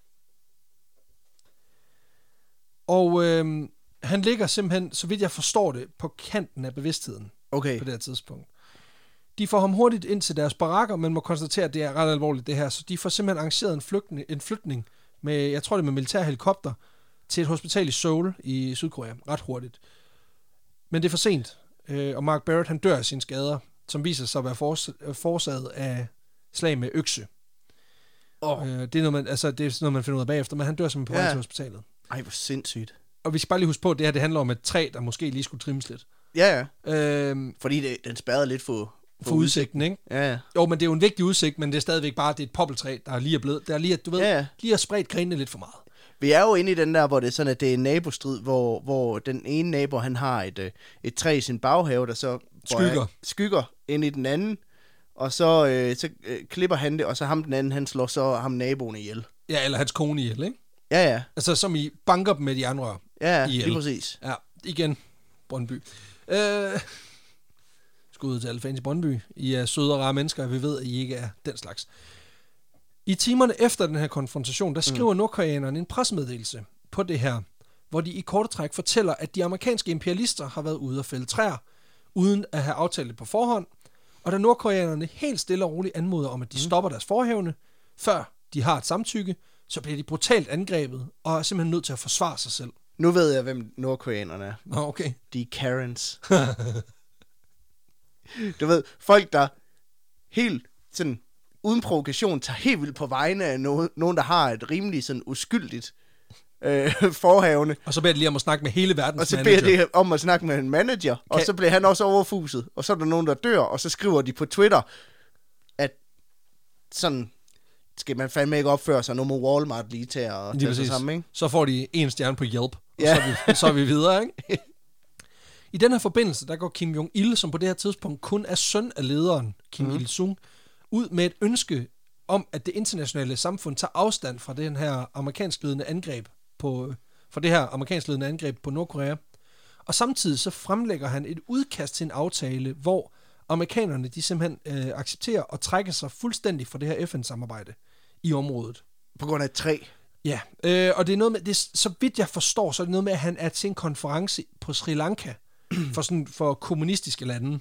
Og øh, han ligger simpelthen, så vidt jeg forstår det, på kanten af bevidstheden. Okay. På det her tidspunkt. De får ham hurtigt ind til deres barakker, men må konstatere, at det er ret alvorligt det her. Så de får simpelthen arrangeret en flytning, en flytning med, jeg tror det er med militær helikopter, til et hospital i Seoul i Sydkorea. Ret hurtigt. Men det er for sent. Og Mark Barrett, han dør af sine skader, som viser sig at være forårsaget af slag med økse. Oh. Det er noget, man, altså, det er noget, man finder ud af bagefter, men han dør simpelthen på vej ja. til hospitalet. Ej, hvor sindssygt. Og vi skal bare lige huske på, at det her det handler om et træ, der måske lige skulle trimmes lidt. Ja, ja. Øhm, Fordi det, den spærrede lidt for, for, for udsigten, ikke? Ja, ja. Jo, men det er jo en vigtig udsigt, men det er stadigvæk bare, det er et poppeltræ, der lige er blevet, der er lige, du ved, ja, ja. lige har spredt grenene lidt for meget. Vi er jo inde i den der, hvor det er sådan, at det er en nabostrid, hvor, hvor den ene nabo, han har et, et træ i sin baghave, der så skygger, skygger ind i den anden, og så, øh, så øh, klipper han det, og så ham den anden, han slår så ham naboen ihjel. Ja, eller hans kone ihjel, ikke? Ja, ja. Altså, som i banker dem med de jernrør. Ja, lige præcis. Ja, igen, Brøndby. Øh, skud til alle fans i Brøndby. I er søde og rare mennesker, og vi ved, at I ikke er den slags. I timerne efter den her konfrontation, der skriver mm. nordkoreanerne en pressemeddelelse på det her, hvor de i korte træk fortæller, at de amerikanske imperialister har været ude og fælde træer, uden at have aftalt det på forhånd, og da nordkoreanerne helt stille og roligt anmoder om, at de mm. stopper deres forhævne, før de har et samtykke, så bliver de brutalt angrebet, og er simpelthen nødt til at forsvare sig selv. Nu ved jeg, hvem nordkoreanerne er. Nå, okay. De er Karens. Du ved, folk, der helt sådan, uden provokation, tager helt vildt på vegne af no- nogen, der har et rimelig sådan uskyldigt øh, forhavne. Og så beder de lige om at snakke med hele verdens manager. Og så beder de om at snakke med en manager, kan... og så bliver han også overfuset. Og så er der nogen, der dør, og så skriver de på Twitter, at sådan skal man fandme ikke opføre sig, nu må Walmart lige til at tage sig sammen, ikke? Så får de en stjerne på Yelp, og ja. så, er vi, så er vi videre, ikke? I den her forbindelse, der går Kim Jong-il, som på det her tidspunkt kun er søn af lederen, Kim mm. Il-sung, ud med et ønske om, at det internationale samfund tager afstand fra den her amerikanskledende angreb på, fra det her amerikanskledende angreb på Nordkorea. Og samtidig så fremlægger han et udkast til en aftale, hvor amerikanerne de simpelthen øh, accepterer og trækker sig fuldstændig fra det her F N-samarbejde i området. På grund af et træ? Ja, øh, og det er noget med, det, så vidt jeg forstår, så er det noget med, at han er til en konference på Sri Lanka for, sådan, for kommunistiske lande.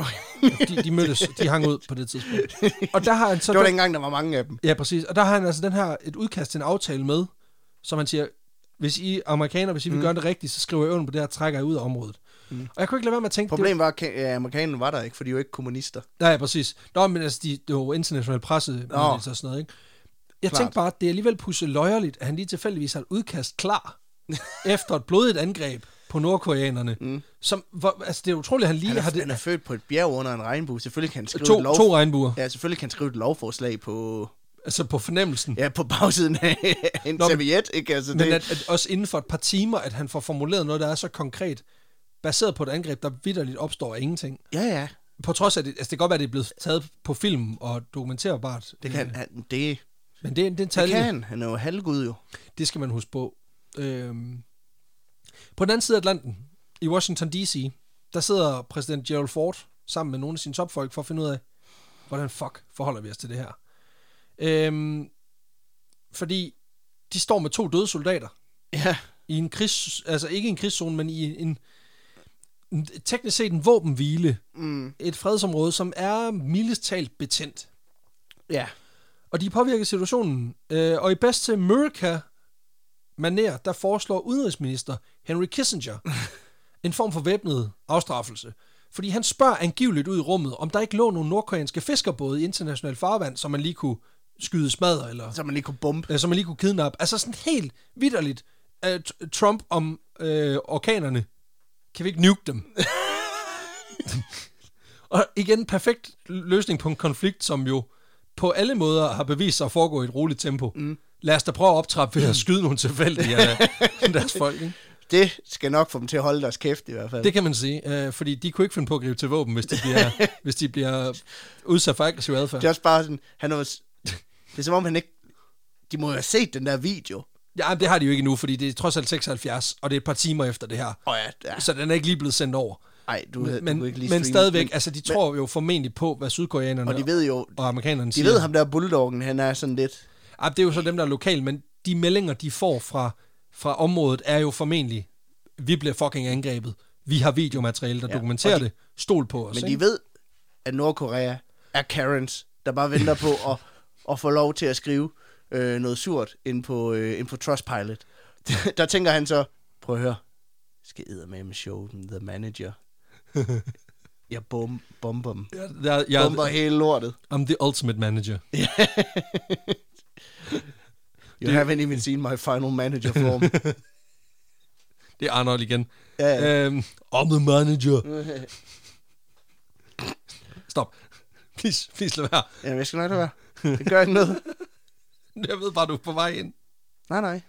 de, de mødtes, de hang ud på det tidspunkt. Og der har han så det var dengang, der var mange af dem. Ja, præcis. Og der har han altså den her, et udkast til en aftale med, som han siger, hvis I amerikanere, hvis I vil mm. gøre det rigtigt, så skriver jeg under på det her, trækker jeg ud af området. Mm. Og jeg kunne ikke lade være med at tænke... Problemet var, at ja, amerikanerne var der ikke, for de er jo ikke kommunister. Nej, præcis. Nå, men altså, de, det var jo international presse og sådan noget, ikke? Jeg Klart. tænkte bare, at det er alligevel pudsigt løjerligt, at han lige tilfældigvis har et udkast klar, efter et blodigt angreb på nordkoreanerne. Mm. Som, hvor, altså, det er utroligt, at han lige han er, har det... Han er født på et bjerg under en regnbue. Selvfølgelig kan han skrive to, et lov... To regnbuer. Ja, selvfølgelig kan han skrive et lovforslag på... Altså på fornemmelsen. Ja, på bagsiden af en Nå, serviet, ikke? Altså, men det... at, at også inden for et par timer, at han får formuleret noget, der er så konkret, baseret på et angreb, der vitterligt opstår af ingenting. Ja, ja. På trods af det, altså det kan godt være, at det er blevet taget på film og dokumenterbart. Det kan han, det... Men det, det, det kan han. Han er jo halvgud jo. Det skal man huske på. Øhm. På den anden side af Atlanten, i Washington D C, der sidder præsident Gerald Ford sammen med nogle af sine topfolk for at finde ud af, hvordan fuck forholder vi os til det her. Øhm, fordi de står med to døde soldater. Ja. I en krigs, altså ikke en krigszone, men i en, en teknisk set en våbenhvile. Mm. Et fredsområde, som er mildest talt betændt. Ja. Og de påvirker situationen. Øh, og i bedste America-manér, der foreslår udenrigsminister Henry Kissinger en form for væbnet afstraffelse. Fordi han spørger angiveligt ud i rummet, om der ikke lå nogle nordkoreanske fiskerbåde i international farvand, som man lige kunne skyde smadre, eller som man lige kunne bombe. Eller som man lige kunne kidnappe. Altså sådan helt vitterligt uh, Trump om uh, orkanerne. Kan vi ikke nuke dem? Og igen, perfekt løsning på en konflikt, som jo på alle måder har bevist sig at foregå i et roligt tempo. Mm. Lad os da prøve at optrappe ved at skyde nogle tilfældige af deres folk, ikke? Det skal nok få dem til at holde deres kæft i hvert fald. Det kan man sige, øh, fordi de kunne ikke finde på at gribe til våben, hvis de bliver, hvis de bliver udsat for aggressiv adfærd. Det er også bare sådan, han var, det er som om han ikke, de må jo have set den der video. Ja, det har de jo ikke nu, fordi det er trods alt seksoghalvfjerds, og det er et par timer efter det her. Oh ja, ja. Så den er ikke lige blevet sendt over. Nej, du, men, du men, kunne ikke lige men streame. stadigvæk, Men, altså de tror jo formentlig på, hvad sydkoreanerne og, de ved jo, og amerikanerne de siger. De ved ham der bulldoggen, han er sådan lidt... Ja, det er jo så dem, der er lokal, men de meldinger, de får fra, fra området, er jo formentlig, vi bliver fucking angrebet. Vi har videomateriale, der ja, dokumenterer de, det. Stol på os. Men ikke? de ved, at Nordkorea er Karens, der bare venter på at, at få lov til at skrive øh, noget surt ind på, øh, ind på Trustpilot. Der tænker han så, prøv at høre, skal eddermame show dem, the manager. Jeg bom, bomber dem. Ja, ja, ja, bomber hele lortet. I'm the ultimate manager. You haven't even seen my final manager form. Det er Arnold igen. Ja, ja. Um, I'm the manager. Stop. Please, please lad være. Jamen, jeg skal nok lade være. Det gør ikke noget. Jeg ved bare, du er på vej ind. Nej, nej.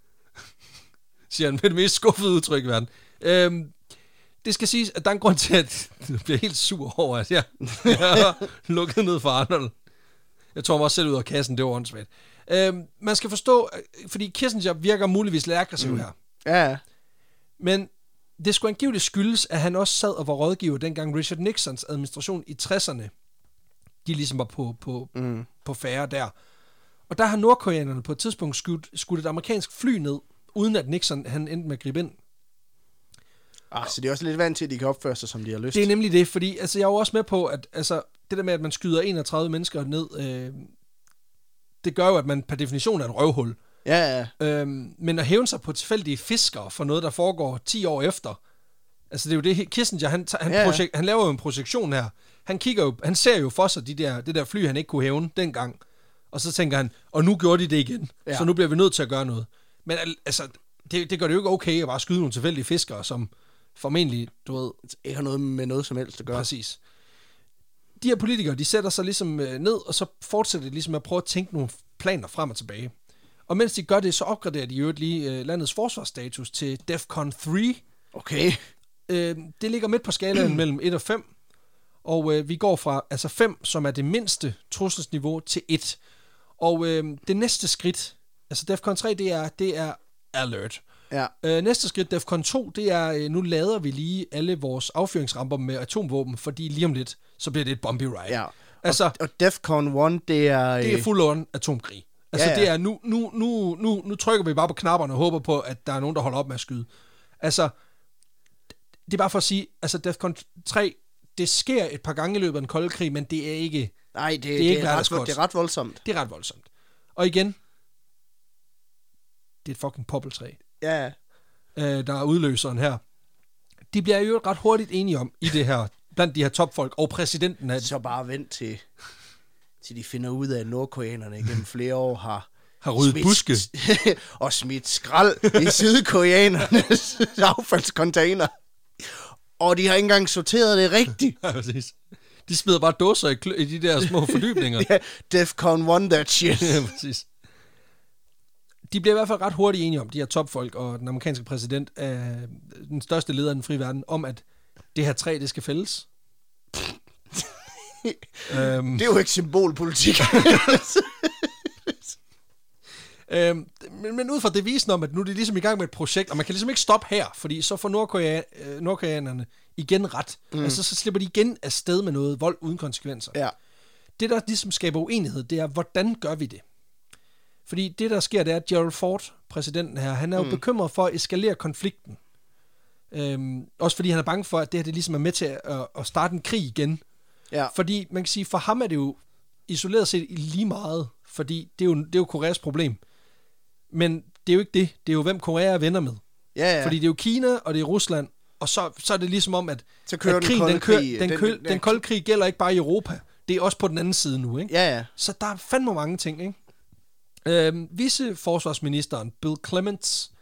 Siger han med det mest skuffede udtryk i verden. Um, det skal siges, at der er en grund til, at du bliver helt sur over, at jeg, jeg har lukket ned for Arnold. Jeg tror mig også selv ud af kassen, det var åndssvagt. Um, man skal forstå, fordi Kissinger virker muligvis lidt aggressiv mm. her. Ja, men det skulle angiveligt skyldes, at han også sad og var rådgiver, dengang Richard Nixons administration i tresserne, de ligesom var på, på, mm. på færre der. Og der har nordkoreanerne på et tidspunkt skudt, skudt et amerikansk fly ned, uden at Nixon han endte med at gribe ind. Ah, så det er også lidt vant til, at de kan opføre sig, som de har lyst. Det er nemlig det, fordi altså, jeg er jo også med på, at altså, det der med, at man skyder enogtredive mennesker ned, øh, det gør jo, at man per definition er et røvhul. Ja, ja. Øhm, men at hæve sig på tilfældige fiskere for noget, der foregår ti år efter, altså det er jo det, Kissinger, han, han, ja, ja. projek- han laver jo en projektion her. Han kigger jo, han ser jo for sig de der, det der fly, han ikke kunne hævne dengang. Og så tænker han, og nu gjorde de det igen, ja. Så nu bliver vi nødt til at gøre noget. Men altså, det, det gør det jo ikke okay at bare skyde nogle tilfældige fiskere, som formentlig, du ved... ikke har noget med noget som helst at gøre. Præcis. De her politikere, de sætter sig ligesom øh, ned, og så fortsætter de ligesom at prøve at tænke nogle planer frem og tilbage. Og mens de gør det, så opgraderer de jo lige øh, landets forsvarsstatus til DEFCON tre. Okay. Øh, det ligger midt på skalaen mellem et og fem. Og øh, vi går fra altså fem, som er det mindste trusselsniveau, til et. Og øh, det næste skridt, altså DEFCON tre, det er, det er alert. Ja. Øh, næste skridt, DEFCON to, det er, øh, nu lader vi lige alle vores affyringsramper med atomvåben, fordi lige om lidt, så bliver det et Bombay Ride. Ja. Altså, og, og DEFCON et, det er... Det er full-on atomkrig. Altså ja, ja. Det er, nu, nu, nu, nu, nu trykker vi bare på knapperne og håber på, at der er nogen, der holder op med at skyde. Altså, det er bare for at sige, altså DEFCON tre, det sker et par gange i løbet af den kolde krig, men det er ikke... Nej, det, det er, det ikke er, ret, det er ret voldsomt. Det er ret voldsomt. Og igen, det er et fucking poppeltræ. Ja. Øh, der er udløseren her. De bliver jo ret hurtigt enige om i det her, blandt de her topfolk, og præsidenten af... Så bare vent til, til de finder ud af, at nordkoreanerne gennem flere år har... har ryddet buske. og smidt skrald i sydkoreanernes affaldscontainer. Og de har ikke engang sorteret det rigtigt. Ja, præcis. De smider bare dåser i, klø- i de der små fordybninger. Ja, DEFCON et, that shit. Ja, præcis. De bliver i hvert fald ret hurtigt enige om, de her topfolk og den amerikanske præsident, af den største leder af den frie verden, om at det her træ, det skal fældes. øhm, det er jo ikke symbolpolitik. øhm, men, men ud fra devisen om, at nu er de ligesom i gang med et projekt, og man kan ligesom ikke stoppe her, fordi så får Nordkorea, øh, nordkoreanerne igen ret. Mm. Altså så slipper de igen afsted med noget vold uden konsekvenser. Ja. Det, der ligesom skaber uenighed, det er, hvordan gør vi det? Fordi det, der sker, det er, at Gerald Ford, præsidenten her, han er jo mm. bekymret for at eskalere konflikten. Øhm, også fordi han er bange for, at det her det ligesom er med til at, at starte en krig igen. Ja. Fordi man kan sige, for ham er det jo isoleret set lige meget, fordi det er jo, det er jo Koreas problem. Men det er jo ikke det. Det er jo, hvem Korea er venner med. Ja, ja. Fordi det er jo Kina, og det er Rusland, og så, så er det ligesom om, at, så kører at krigen, den, kører, den, den, den, den kolde krig gælder ikke bare i Europa. Det er også på den anden side nu, ikke? Ja, ja. Så der er fandme mange ting, ikke? Øhm, viceforsvarsministeren Bill Clements,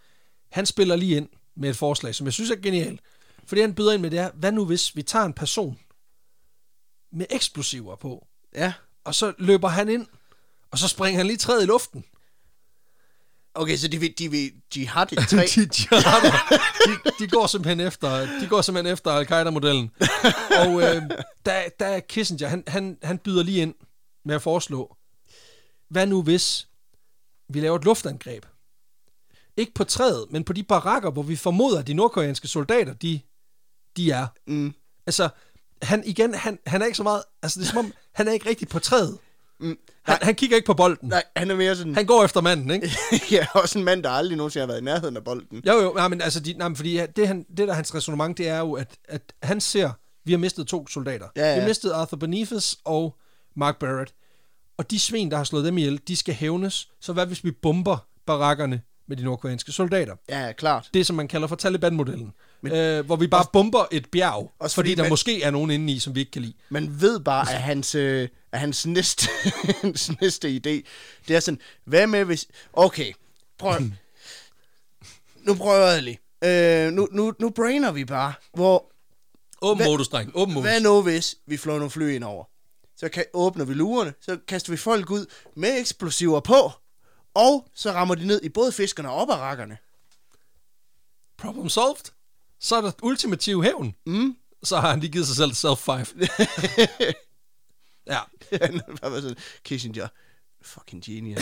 Han spiller lige ind med et forslag, som jeg synes er genialt. Fordi han byder ind med det her, hvad nu hvis vi tager en person med eksplosiver på, Ja. og så løber han ind, og så springer han lige træet i luften. Okay, så de vil, de vil, de har det træ. de, de, de, de går simpelthen efter, de går simpelthen efter Al-Qaida-modellen. Og øh, der, der er Kissinger, han, han, han byder lige ind med at foreslå, hvad nu hvis vi laver et luftangreb? Ikke på træet, men på de barakker, hvor vi formoder, at de nordkoreanske soldater, de, de er. Mm. Altså, han igen, han, han er ikke så meget, altså det er som om, han er ikke rigtig på træet. Mm. Han, han kigger ikke på bolden. Nej, han er mere sådan... Han går efter manden, ikke? ja, også en mand, der aldrig nogensinde har været i nærheden af bolden. Jo, jo, nej, men altså, de, nej, men fordi det, han, det der hans resonemang, det er jo, at, at han ser, vi har mistet to soldater. Ja, ja. Vi har mistet Arthur Benitez og Mark Barrett. Og de svin, der har slået dem ihjel, de skal hævnes. Så hvad hvis vi bomber barakkerne med de nordkoreanske soldater? Ja, klart. Det, som man kalder for Taliban-modellen. Men, øh, hvor vi bare også, bomber et bjerg, også fordi, fordi der man, måske er nogen inde i, som vi ikke kan lide. Man ved bare, at hans, øh, at hans, næste, hans næste idé, det er sådan, hvad med hvis... Okay, prøv... nu prøver jeg lige. Øh, nu, nu, nu brainer vi bare, hvor... Åben modus, dreng. Åben modus. Hvad nu, hvis vi flår nogle fly ind over? Så kan, åbner vi lurerne, så kaster vi folk ud med eksplosiver på, og så rammer de ned i både fiskerne og barakkerne. Problem solved. Så er der ultimativ hævn. Mm. Så har han lige givet sig selv self five. Ja. Han var sådan, Kissinger, fucking genius.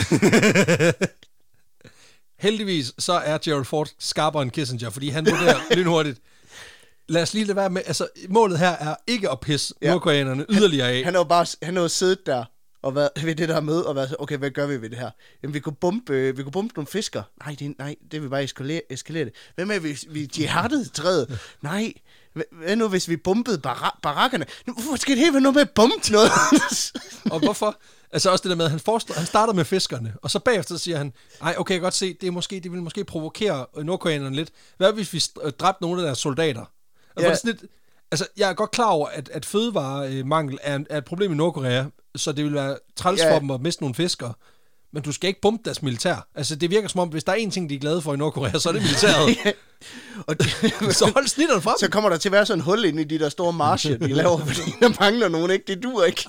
Heldigvis så er Gerald Ford skarpere end Kissinger, fordi han vurderer lynhurtigt. Lad os lige lade være med, altså målet her er ikke at pisse ja. nordkoreanerne yderligere af. Han har jo bare han har jo siddet der og været ved det der møde og været så, okay, hvad gør vi ved det her? Jamen, vi kunne bombe, vi kunne bombe nogle fisker. Nej, det, nej, det vil bare eskalere, eskalere det. Hvad med, hvis vi jihadede træet? Nej, hvad nu, hvis vi bombede bar- barakkerne? Hvorfor skal det helt være noget med at bombe noget? Og hvorfor? Altså også det der med, at han, forstår, han starter med fiskerne, og så bagefter siger han, nej, okay, jeg kan godt se, det, er måske, det vil måske provokere nordkoreanerne lidt. Hvad hvis vi dræbte nogle af deres soldater? Altså, ja. Sådan lidt, altså, jeg er godt klar over, at, at fødevaremangel er, er et problem i Nordkorea, så det vil være træls ja. for dem at miste nogle fiskere. Men du skal ikke bombe deres militær. Altså, det virker som om, hvis der er en ting, de er glade for i Nordkorea, så er det militæret. ja. Og det, så hold snitterne frem. Så kommer der til at være sådan en hul inde i de der store marcher, de laver, fordi der mangler nogen, ikke? Det duer ikke.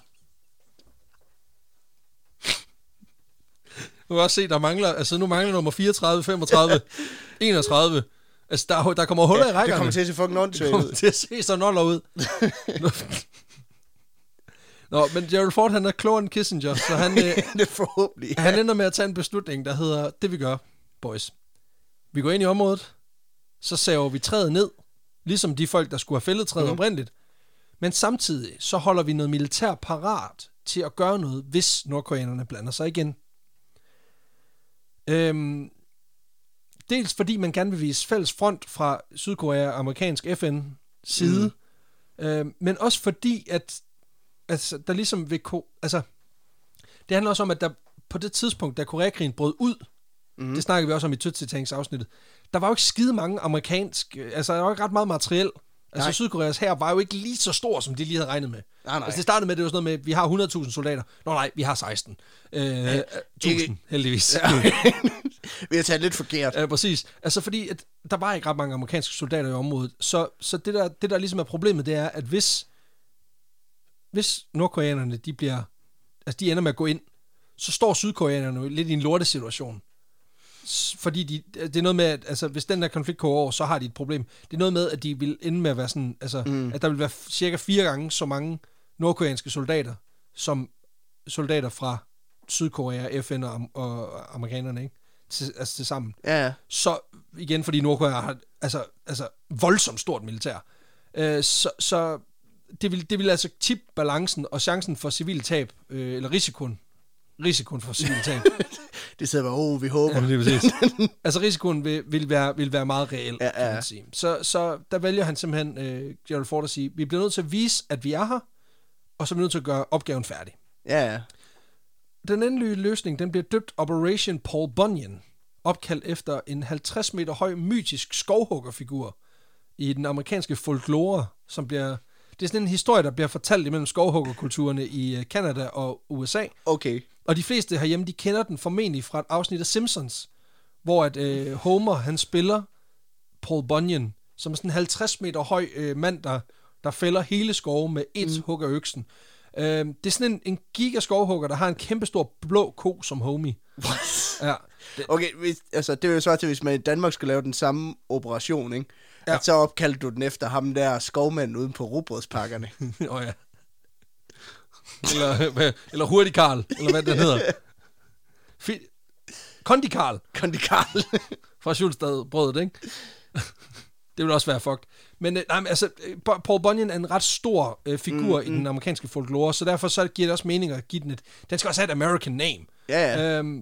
Du kan også se, der mangler, altså nu mangler nummer fireogtredive, femogtredive, enogtredive. Altså, der, der kommer huller ja, i rækkerne. Det kommer til at se fucking åndssvagt ud. Det kommer til at se så noller ud. Nå, men Gerald Ford, han er klogere end Kissinger, så han, det er forhåbentlig. Ja. Han ender med at tage en beslutning, der hedder, det vi gør, boys. Vi går ind i området, så saver vi træet ned, ligesom de folk, der skulle have fældet træet mm. oprindeligt. Men samtidig, så holder vi noget militær parat til at gøre noget, hvis nordkoreanerne blander sig igen. Øhm... Dels fordi man gerne vil vise fælles front fra Sydkorea og amerikansk F N-side, mm. øh, men også fordi, at altså, der ligesom vil... Ko- altså, det handler også om, at der på det tidspunkt, da Koreakrigen brød ud, mm. det snakker vi også om i Tøtsetænks-afsnittet, der var jo ikke skide mange amerikansk... Altså, der var ikke ret meget materiel. Altså, nej. Sydkoreas hær var jo ikke lige så stor, som de lige havde regnet med. Nej, nej. Altså, det startede med, det var sådan noget med, vi har hundrede tusind soldater. Nå nej, vi har seksten. Øh, tusind, heldigvis. Ja. Vi har taget lidt forkert. Ja, præcis. Altså, fordi at der var ikke ret mange amerikanske soldater i området. Så, så det, der, det, der ligesom er problemet, det er, at hvis, hvis nordkoreanerne, de bliver... Altså, de ender med at gå ind, så står sydkoreanerne lidt i en lortesituation. Fordi de, det er noget med, at altså, hvis den der konflikt går over, så har de et problem. Det er noget med, at de vil ende med at være sådan, altså, mm. at der vil være cirka fire gange så mange nordkoreanske soldater, som soldater fra Sydkorea, F N og, og amerikanerne, ikke? Til, altså til sammen. Ja, ja. Så igen, fordi Nordkorea har altså, altså voldsomt stort militær. Øh, så så det, vil, det vil altså tippe balancen og chancen for civil tab, øh, eller risikoen, risikoen for civil tab. Det sidder bare, oh, vi håber. Ja, det er præcis. Altså risikoen vil, vil, være, vil være meget reel, ja, ja. Kan man sige. Så, så der vælger han simpelthen, øh, Gerald Ford, at sige, vi bliver nødt til at vise, at vi er her, og så er vi nødt til at gøre opgaven færdig. Ja, ja. Den endelige løsning, den bliver døbt Operation Paul Bunyan, opkaldt efter en halvtreds meter høj mytisk skovhuggerfigur i den amerikanske folklore, som bliver... Det er sådan en historie, der bliver fortalt imellem skovhuggerkulturerne i Canada og U S A. Okay. Og de fleste herhjemme, de kender den formentlig fra et afsnit af Simpsons, hvor at øh, Homer, han spiller Paul Bunyan, som er sådan en halvtreds meter høj øh, mand, der, der fælder hele skove med et mm. hug af øksen. Øh, det er sådan en, en gigaskovhugger, der har en kæmpestor blå ko som homie. Ja. Det. Okay, hvis, altså, det er jo svært til, hvis man i Danmark skulle lave den samme operation, ikke? Ja. At så opkaldte du den efter ham der skovmanden uden på rugbrødspakkerne. Åh oh, ja. Eller, eller Hurtig Karl, eller hvad det hedder. Kondi Karl. Kondi Karl. Fra Schulstad-brødet, ikke? Det vil også være fucked. Men, øh, nej, men altså, Paul Bunyan er en ret stor øh, figur mm, i mm. den amerikanske folklore, så derfor så giver det også mening at give den et... Den skal også have et American name. Ja, ja. Øhm,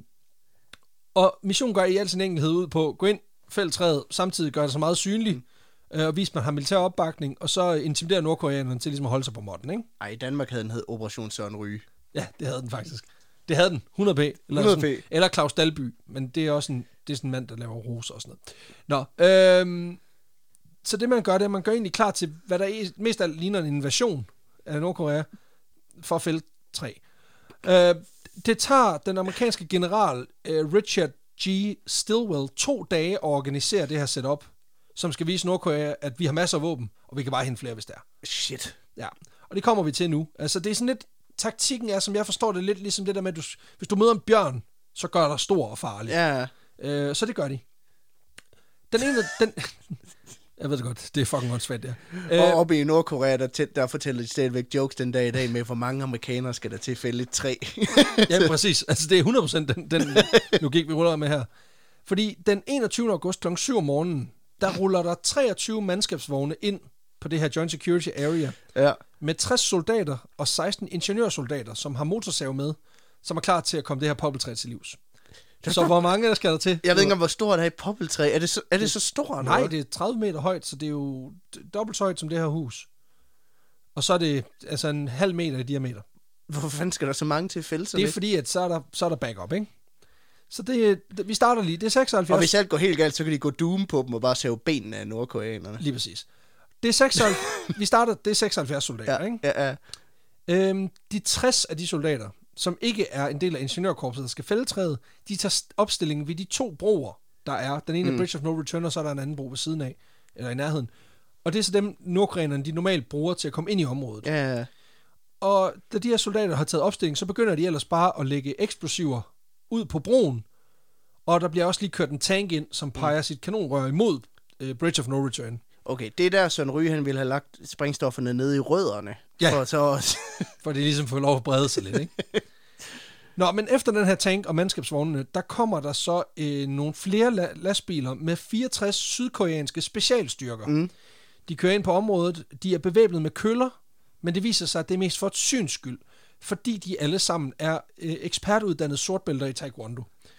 og missionen går i al sin enkelhed ud på, gå ind, fæld træet, samtidig gør det så meget synligt, mm. øh, og vise, man har militær opbakning, og så intimidere nordkoreanerne til ligesom at holde sig på måtten, ikke? Ej, i Danmark havde den hed Operation Søren Ryge. Ja, det havde den faktisk. Det havde den. hundrede p. Eller, hundrede p. Sådan, eller Claus Dalby, men det er også en, det er sådan en mand, der laver roser og sådan noget. Nå, øhm, så det man gør, det er, at man gør egentlig klar til, hvad der mest af ligner en invasion af Nordkorea, for at fælde træ. Øh, det tager den amerikanske general øh, Richard G. Stilwell to dage at organisere det her setup, som skal vise Nordkorea, at vi har masser af våben, og vi kan bare hente flere, hvis der er. Shit. Ja, og det kommer vi til nu. Altså, det er sådan lidt, taktikken er, som jeg forstår det, lidt ligesom det der med, at du, hvis du møder en bjørn, så gør dig stor og farlig. Ja. Øh, så det gør de. Den ene, den... Jeg ved det godt, det er fucking åndssvagt, ja. Og øh, oppe i Nordkorea, der, tæt, der fortæller de stadigvæk jokes den dag i dag med, hvor mange amerikanere skal der til fælde et træ. Ja, præcis. Altså, det er hundrede procent den, den logik, vi ruller med her. Fordi den enogtyvende august klokken syv om morgenen, der ruller der treogtyve mandskabsvogne ind på det her Joint Security Area. Ja. Med tres soldater og seksten ingeniørsoldater, som har motorsav med, som er klar til at komme det her poppeltræ til livs. Så hvor mange der skal der til? Jeg ved ikke engang, hvor stort er et poppeltræ. Er det så, er det så stort? Nej, det er tredive meter højt, så det er jo dobbelt så højt som det her hus. Og så er det altså en halv meter i diameter. Hvorfor fanden skal der så mange til at fælde sig? Det er fordi, at så er der, så er der backup, ikke? Så det, det, vi starter lige. Det er seksoghalvfjerds. Og hvis alt går helt galt, så kan de gå doom på dem og bare save benene af nordkoreanerne. Lige præcis. Det er seksoghalvfjerds, vi starter, det er seksoghalvfjerds soldater, ja, ikke? Ja, ja. Øhm, de tres af de soldater, som ikke er en del af ingeniørkorpset, der skal fælde træet, de tager opstillingen ved de to broer, der er. Den ene er mm. Bridge of No Return, og så er der en anden bro ved siden af, eller i nærheden. Og det er så dem, nordkoreanerne, de normalt bruger til at komme ind i området. Ja, ja. Og da de her soldater har taget opstilling, så begynder de ellers bare at lægge eksplosiver ud på broen. Og der bliver også lige kørt en tank ind, som peger mm. sit kanonrør imod uh, Bridge of No Return. Okay, det er der Søren Ryge, han ville have lagt sprængstofferne nede i rødderne. Ja, for, så også for det ligesom får lov at brede sig lidt, ikke? Nå, men efter den her tank og mandskabsvognene, der kommer der så øh, nogle flere la- lastbiler med fireogtres sydkoreanske specialstyrker. Mm. De kører ind på området, de er bevæbnet med køller, men det viser sig, at det er mest for et syns skyld, fordi de alle sammen er øh, ekspertuddannede sortbælter i taekwondo.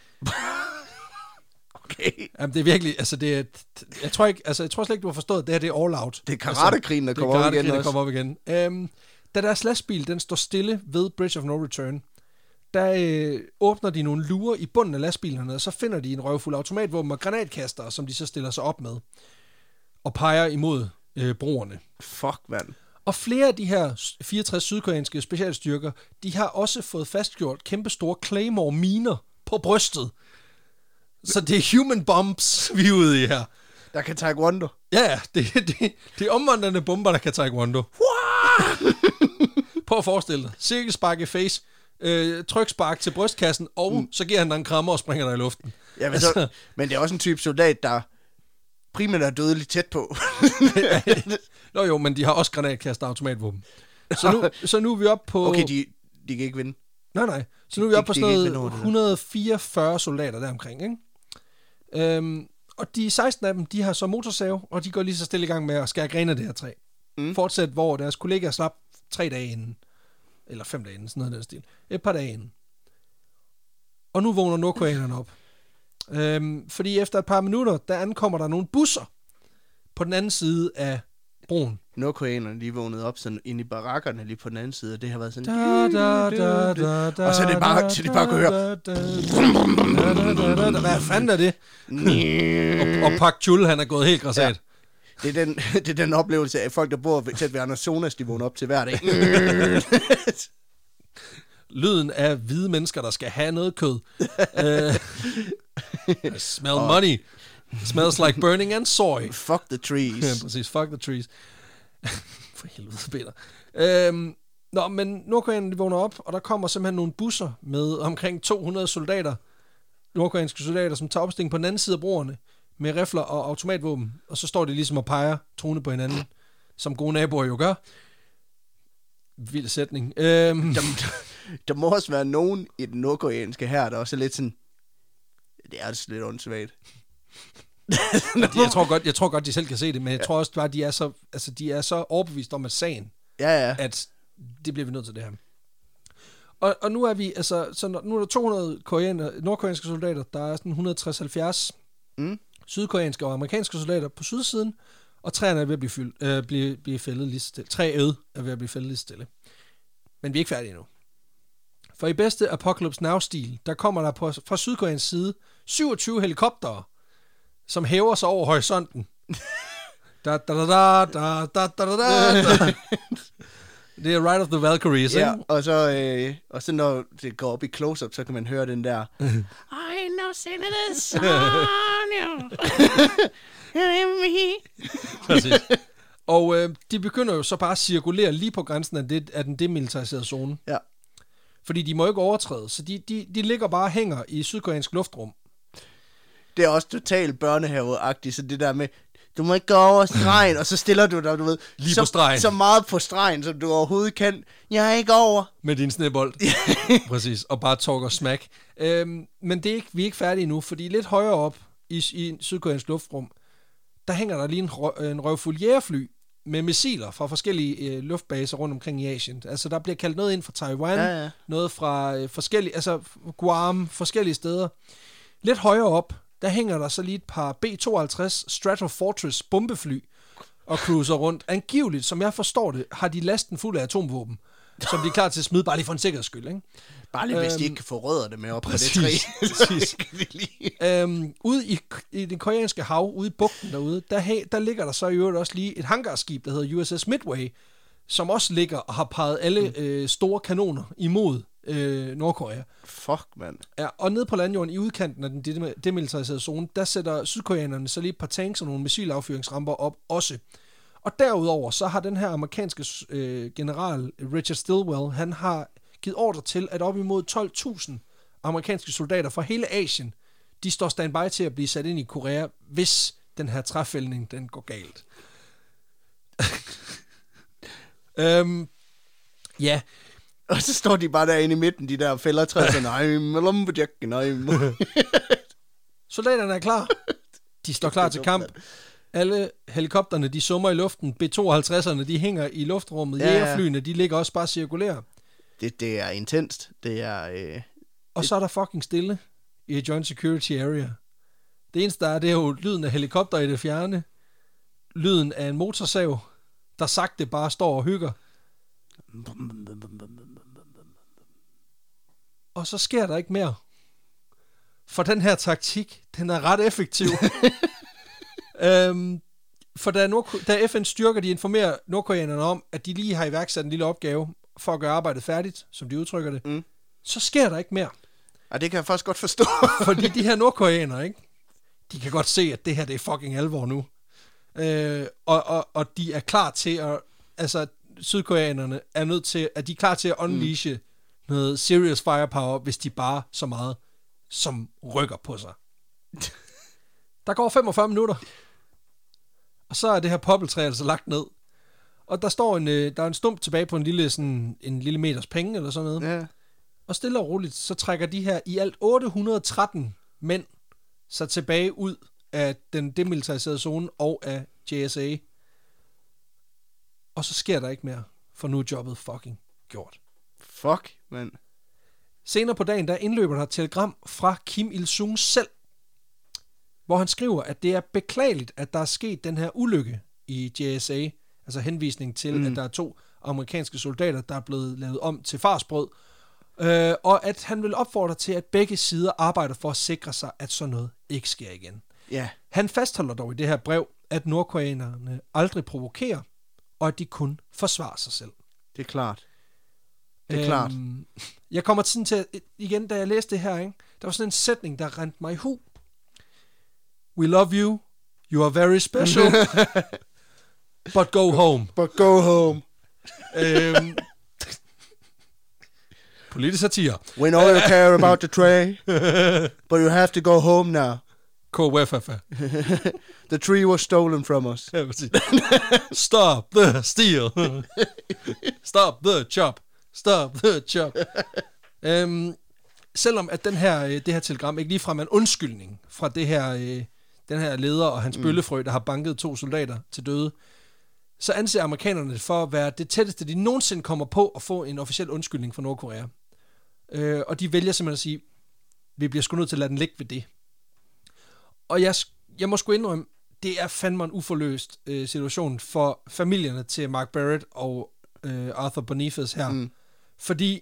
Okay. Jamen, det er virkelig, altså det er, jeg tror ikke, altså jeg tror slet ikke, du har forstået, at det her det er all out. Det er karatekrigen, der altså, kommer op igen der kommer op igen. Øhm, da deres lastbil, den står stille ved Bridge of No Return, der øh, åbner de nogle lurer i bunden af lastbilerne, og så finder de en røvfuld automatvåben og granatkaster, som de så stiller sig op med, og peger imod øh, broerne. Fuck, mand. Og flere af de her fireogtres sydkoreanske specialstyrker, de har også fået fastgjort kæmpe store Claymore-miner på brystet. Så det er human bombs, vi er ude i her. Der kan taekwondo. Ja, det, det, det er omvandrende bomber, der kan taekwondo. Prøv at forestille dig. Cirkelspark i face, øh, trykspark til brystkassen, og mm. så giver han dig en krammer og springer dig i luften. Ja, men, altså. så, men det er også en type soldat, der primært er dødeligt tæt på. Nå jo, men de har også granatkaster og automatvåben. Så nu, så nu er vi oppe på... Okay, de, de kan ikke vinde. Nej, nej. Så nu er vi oppe på sådan noget et hundrede og fireogfyrre soldater deromkring, ikke? Øhm, og de seksten af dem, de har så motorsav, og de går lige så stille i gang med at skære grene af det her træ. Mm. Fortsæt, hvor deres kollegaer slap tre dage inden. Eller fem dage inden, sådan noget af den stil. Et par dage inden. Og nu vågner nordkoreanerne op. Øhm, fordi efter et par minutter, der ankommer der nogle busser på den anden side af broen. Nordkoreanerne, de vågnede op sådan inde i barakkerne lige på den anden side, og det har været sådan... Da, da, da, da, da, og så er det bare, så de bare kunne høre... Hvad fanden er det? og, og Park Chul, han er gået helt græsat. Ja. Det er, den, det er den oplevelse af folk, der bor tæt ved Amazonas, de vågner op til hver dag. Lyden af hvide mennesker, der skal have noget kød. I smell og... money. It smells like burning and soy. Fuck the trees. Ja, præcis. Fuck the trees. For helvede, Peter. Øhm, nå, men nordkoreanerne vågner op, og der kommer simpelthen nogle busser med omkring to hundrede soldater, nordkoreanske soldater, som tager opstilling på den anden side af broerne, med rifler og automatvåben, og så står de ligesom og peger truende på hinanden, som gode naboer jo gør. Vild sætning. Øhm. Der, der må også være nogen i den nordkoreanske her, der også er lidt sådan, det er altså lidt åndssvagt. jeg, tror godt, jeg tror godt, de selv kan se det, men jeg ja. tror også bare, de er så, altså, de er så overbevist om at sagen, ja, ja. at det bliver vi nødt til det her. Og, og nu er vi, altså, så nu er der to hundrede koreaner, nordkoreanske soldater, der er sådan et hundrede og tres til halvfjerds mm. sydkoreanske og amerikanske soldater på sydsiden, og træerne er ved at blive, fyld, øh, blive, blive fældet lige stille. Træet er ved at blive fældet lige stille. Men vi er ikke færdige endnu. For i bedste Apocalypse Now-stil, der kommer der på, fra Sydkoreans side syvogtyve helikoptere, som hæver sig over horisonten. da, da, da, da, da, da, da, da, da. Det er Ride of the Valkyries, ja, ikke? og så, øh, og så når det går op i close-up, så kan man høre den der I know Senator Sonja. Præcis. Og øh, de begynder jo så bare at cirkulere lige på grænsen af, det, af den demilitariserede zone. Ja. Fordi de må ikke overtræde, så de, de, de ligger bare og hænger i sydkoreansk luftrum. Det er også totalt børnehave-agtigt, så det der med, du må ikke gå over stregen, og så stiller du dig, du ved, lige så, på stregen. Så meget på stregen, som du overhovedet kan. Jeg er ikke over. Med din snebold. Præcis, og bare talker smack. Øhm, men det er ikke, vi er ikke færdige endnu, fordi lidt højere op i, i sydkoreansk luftrum, der hænger der lige en, røv, en røvfuld jægerfly med missiler fra forskellige øh, luftbaser rundt omkring i Asien. Altså, der bliver kaldt noget ind fra Taiwan, ja, ja. noget fra øh, forskellige, altså Guam, forskellige steder. Lidt højere op, der hænger der så lige et par B tooghalvtreds Stratofortress bombefly og cruiser rundt. Angiveligt, som jeg forstår det, har de lasten fuld af atomvåben, som de er klar til at smide, bare lige for en sikkerheds skyld, ikke? Bare lige, øhm, hvis de ikke kan få rødderne med op præcis, på det træ. Præcis. øhm, ude i, i det koreanske hav, ude i bugten derude, der, der ligger der så i øvrigt også lige et hangarskib, der hedder U S S Midway, som også ligger og har peget alle mm. øh, store kanoner imod øh, Nordkorea. Fuck, mand. Ja, og nede på landjorden i udkanten af den demilitariserede zone, der sætter sydkoreanerne så lige et par tanks og nogle missilaffyringsramper op også. Og derudover, så har den her amerikanske øh, general Richard Stilwell, han har givet ordre til, at op imod tolv tusind amerikanske soldater fra hele Asien, de står standby til at blive sat ind i Korea, hvis den her træfældning, den går galt. øhm, ja. Og så står de bare derinde i midten, de der fældertræer, så nej, lumberjacken, nej. Soldaterne er klar. De står klar til kamp. Alle helikopterne, de summer i luften. B tooghalvtredserne, de hænger i luftrummet. Ja, jægerflyene, de ligger også bare og cirkulerer. Det, det er intenst. Det er... Øh, og det... så er der fucking stille i Joint Security Area. Det eneste, der er, det er jo lyden af helikopter i det fjerne. Lyden af en motorsav, der sagte bare står og hygger. Og så sker der ikke mere. For den her taktik, den er ret effektiv. øhm, for da, Nordko- da F N styrker, de informerer nordkoreanerne om, at de lige har iværksat en lille opgave for at gøre arbejdet færdigt, som de udtrykker det, mm. så sker der ikke mere. Og det kan jeg faktisk godt forstå. Fordi de her nordkoreanere, ikke? De kan godt se, at det her, det er fucking alvor nu. Øh, og, og, og de er klar til at, altså sydkoreanerne er nødt til, at de er klar til at unleashe mm. noget serious firepower, hvis de bare så meget som rykker på sig. Der går femogfyrre minutter, og så er det her poppeltræ altså lagt ned. Og der står en, der er en stump tilbage på en lille, sådan, en lille meters penge, eller sådan noget. Ja. Og stille og roligt, så trækker de her i alt otte hundrede og tretten mænd sig tilbage ud af den demilitariserede zone og af J S A. Og så sker der ikke mere, for nu er jobbet fucking gjort. Fuck, mand. Senere på dagen, der indløber der et telegram fra Kim Il-sung selv, hvor han skriver, at det er beklageligt, at der er sket den her ulykke i J S A, altså henvisning til, mm. at der er to amerikanske soldater, der er blevet lavet om til farsbrød, øh, og at han vil opfordre til, at begge sider arbejder for at sikre sig, at sådan noget ikke sker igen. Yeah. Han fastholder dog i det her brev, at nordkoreanerne aldrig provokerer, og at de kun forsvarer sig selv. Det er klart. Det er øhm, klart. Jeg kommer sådan til, igen, da jeg læste det her, ikke? Der var sådan en sætning, der rendte mig i hu. We love you. You are very special. But go home. But go home. øhm, politisk satire. We know you care about the tray, but you have to go home now. K W F F. The tree was stolen from us. Stop the steal. Stop the chop. Stop the chop. øhm, selvom at den her, det her telegram ikke ligefrem er en undskyldning fra det her, den her leder og hans mm. bøllefrø, der har banket to soldater til døde, så anser amerikanerne det for at være det tætteste, de nogensinde kommer på at få en officiel undskyldning fra Nordkorea. Øh, og de vælger simpelthen at sige, vi bliver sgu nødt til at lade den ligge ved det. Og jeg, jeg må sgu indrømme, det er fandme en uforløst øh, situation for familierne til Mark Barrett og øh, Arthur Boniface her. Mm. Fordi,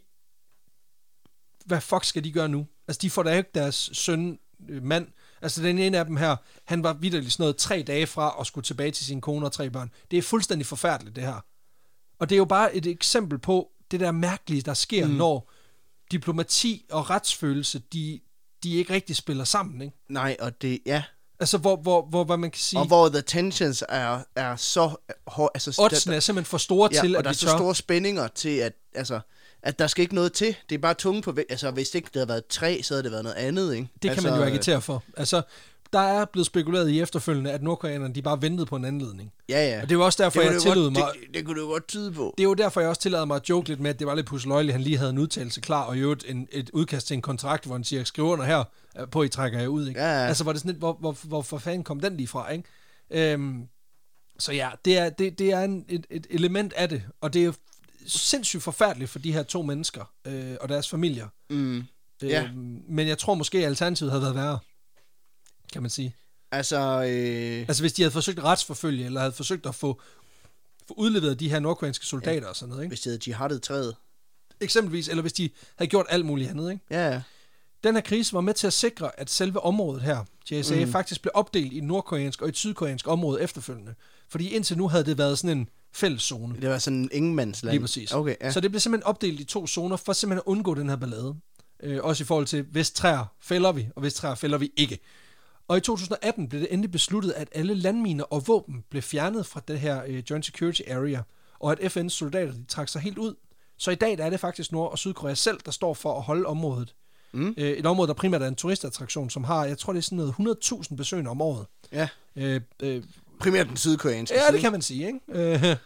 hvad fuck skal de gøre nu? Altså, de får da ikke deres søn, øh, mand. Altså, den ene af dem her, han var vitterligt sådan noget tre dage fra at skulle tilbage til sin kone og tre børn. Det er fuldstændig forfærdeligt, det her. Og det er jo bare et eksempel på det der mærkelige, der sker, mm. når diplomati og retsfølelse, de, de ikke rigtig spiller sammen, ikke? Nej, og det, ja. Altså, hvor, hvor, hvor, hvor man kan sige... Og hvor the tensions er, er så hårde... Altså, oddsene er simpelthen for store ja, til, at at der er så tør. store spændinger til, at, altså, at der skal ikke noget til. Det er bare tunge på... Altså, hvis det ikke det havde været træ, så havde det været noget andet, ikke? Det altså, kan man jo agitere for. Altså, der er blevet spekuleret i efterfølgende, at nordkoreanerne, de bare ventede på en anledning. Ja, ja. Og det var også derfor, jeg tillod mig... Det, det kunne du godt tyde på. Det er jo derfor, jeg også tillader mig at joke lidt med, at det var lidt pusseløjeligt, han lige havde en udtalelse klar, og jo et, en, et udkast til en kontrakt, hvor han siger, skriv under her, på I trækker jeg ud, ikke? Ja, ja. Altså, var det sådan lidt, hvor, hvor, hvor for fanden kom den lige fra, ikke? Øhm, så ja, det er, det, det er en, et, et element af det, og det er jo sindssygt forfærdeligt for de her to mennesker, øh, og deres familier. Mm. Ja. Øhm, men jeg tror måske, at alternativet havde været værre, kan man sige. Altså, øh... altså hvis de havde forsøgt at retsforfølge, eller havde forsøgt at få, få udleveret de her nordkoreanske soldater ja. og sådan noget, ikke? Hvis de havde jihaddet træet. Eksempelvis, eller hvis de havde gjort alt muligt andet, ikke? Ja, ja. Den her krise var med til at sikre, at selve området her, J S A, mm. faktisk blev opdelt i et nordkoreansk og et sydkoreansk område efterfølgende. Fordi indtil nu havde det været sådan en fælleszone. Det var sådan en ingenmandsland. Lige præcis. Okay, ja. Så det blev simpelthen opdelt i to zoner, for simpelthen at undgå den her ballade. Øh, også i forhold til, hvis træer fælder vi, og hvis træer fælder vi ikke. Og i to tusind og atten blev det endelig besluttet, at alle landminer og våben blev fjernet fra det her uh, Joint Security Area, og at F N's soldater de trak sig helt ud. Så i dag der er det faktisk Nord- og Sydkorea selv, der står for at holde området. Mm. Uh, et område, der primært er en turistattraktion, som har, jeg tror det er sådan noget hundrede tusind besøgende om året. Ja, uh, uh, primært den sydkoreanske Ja, det kan man sige, ikke? Uh,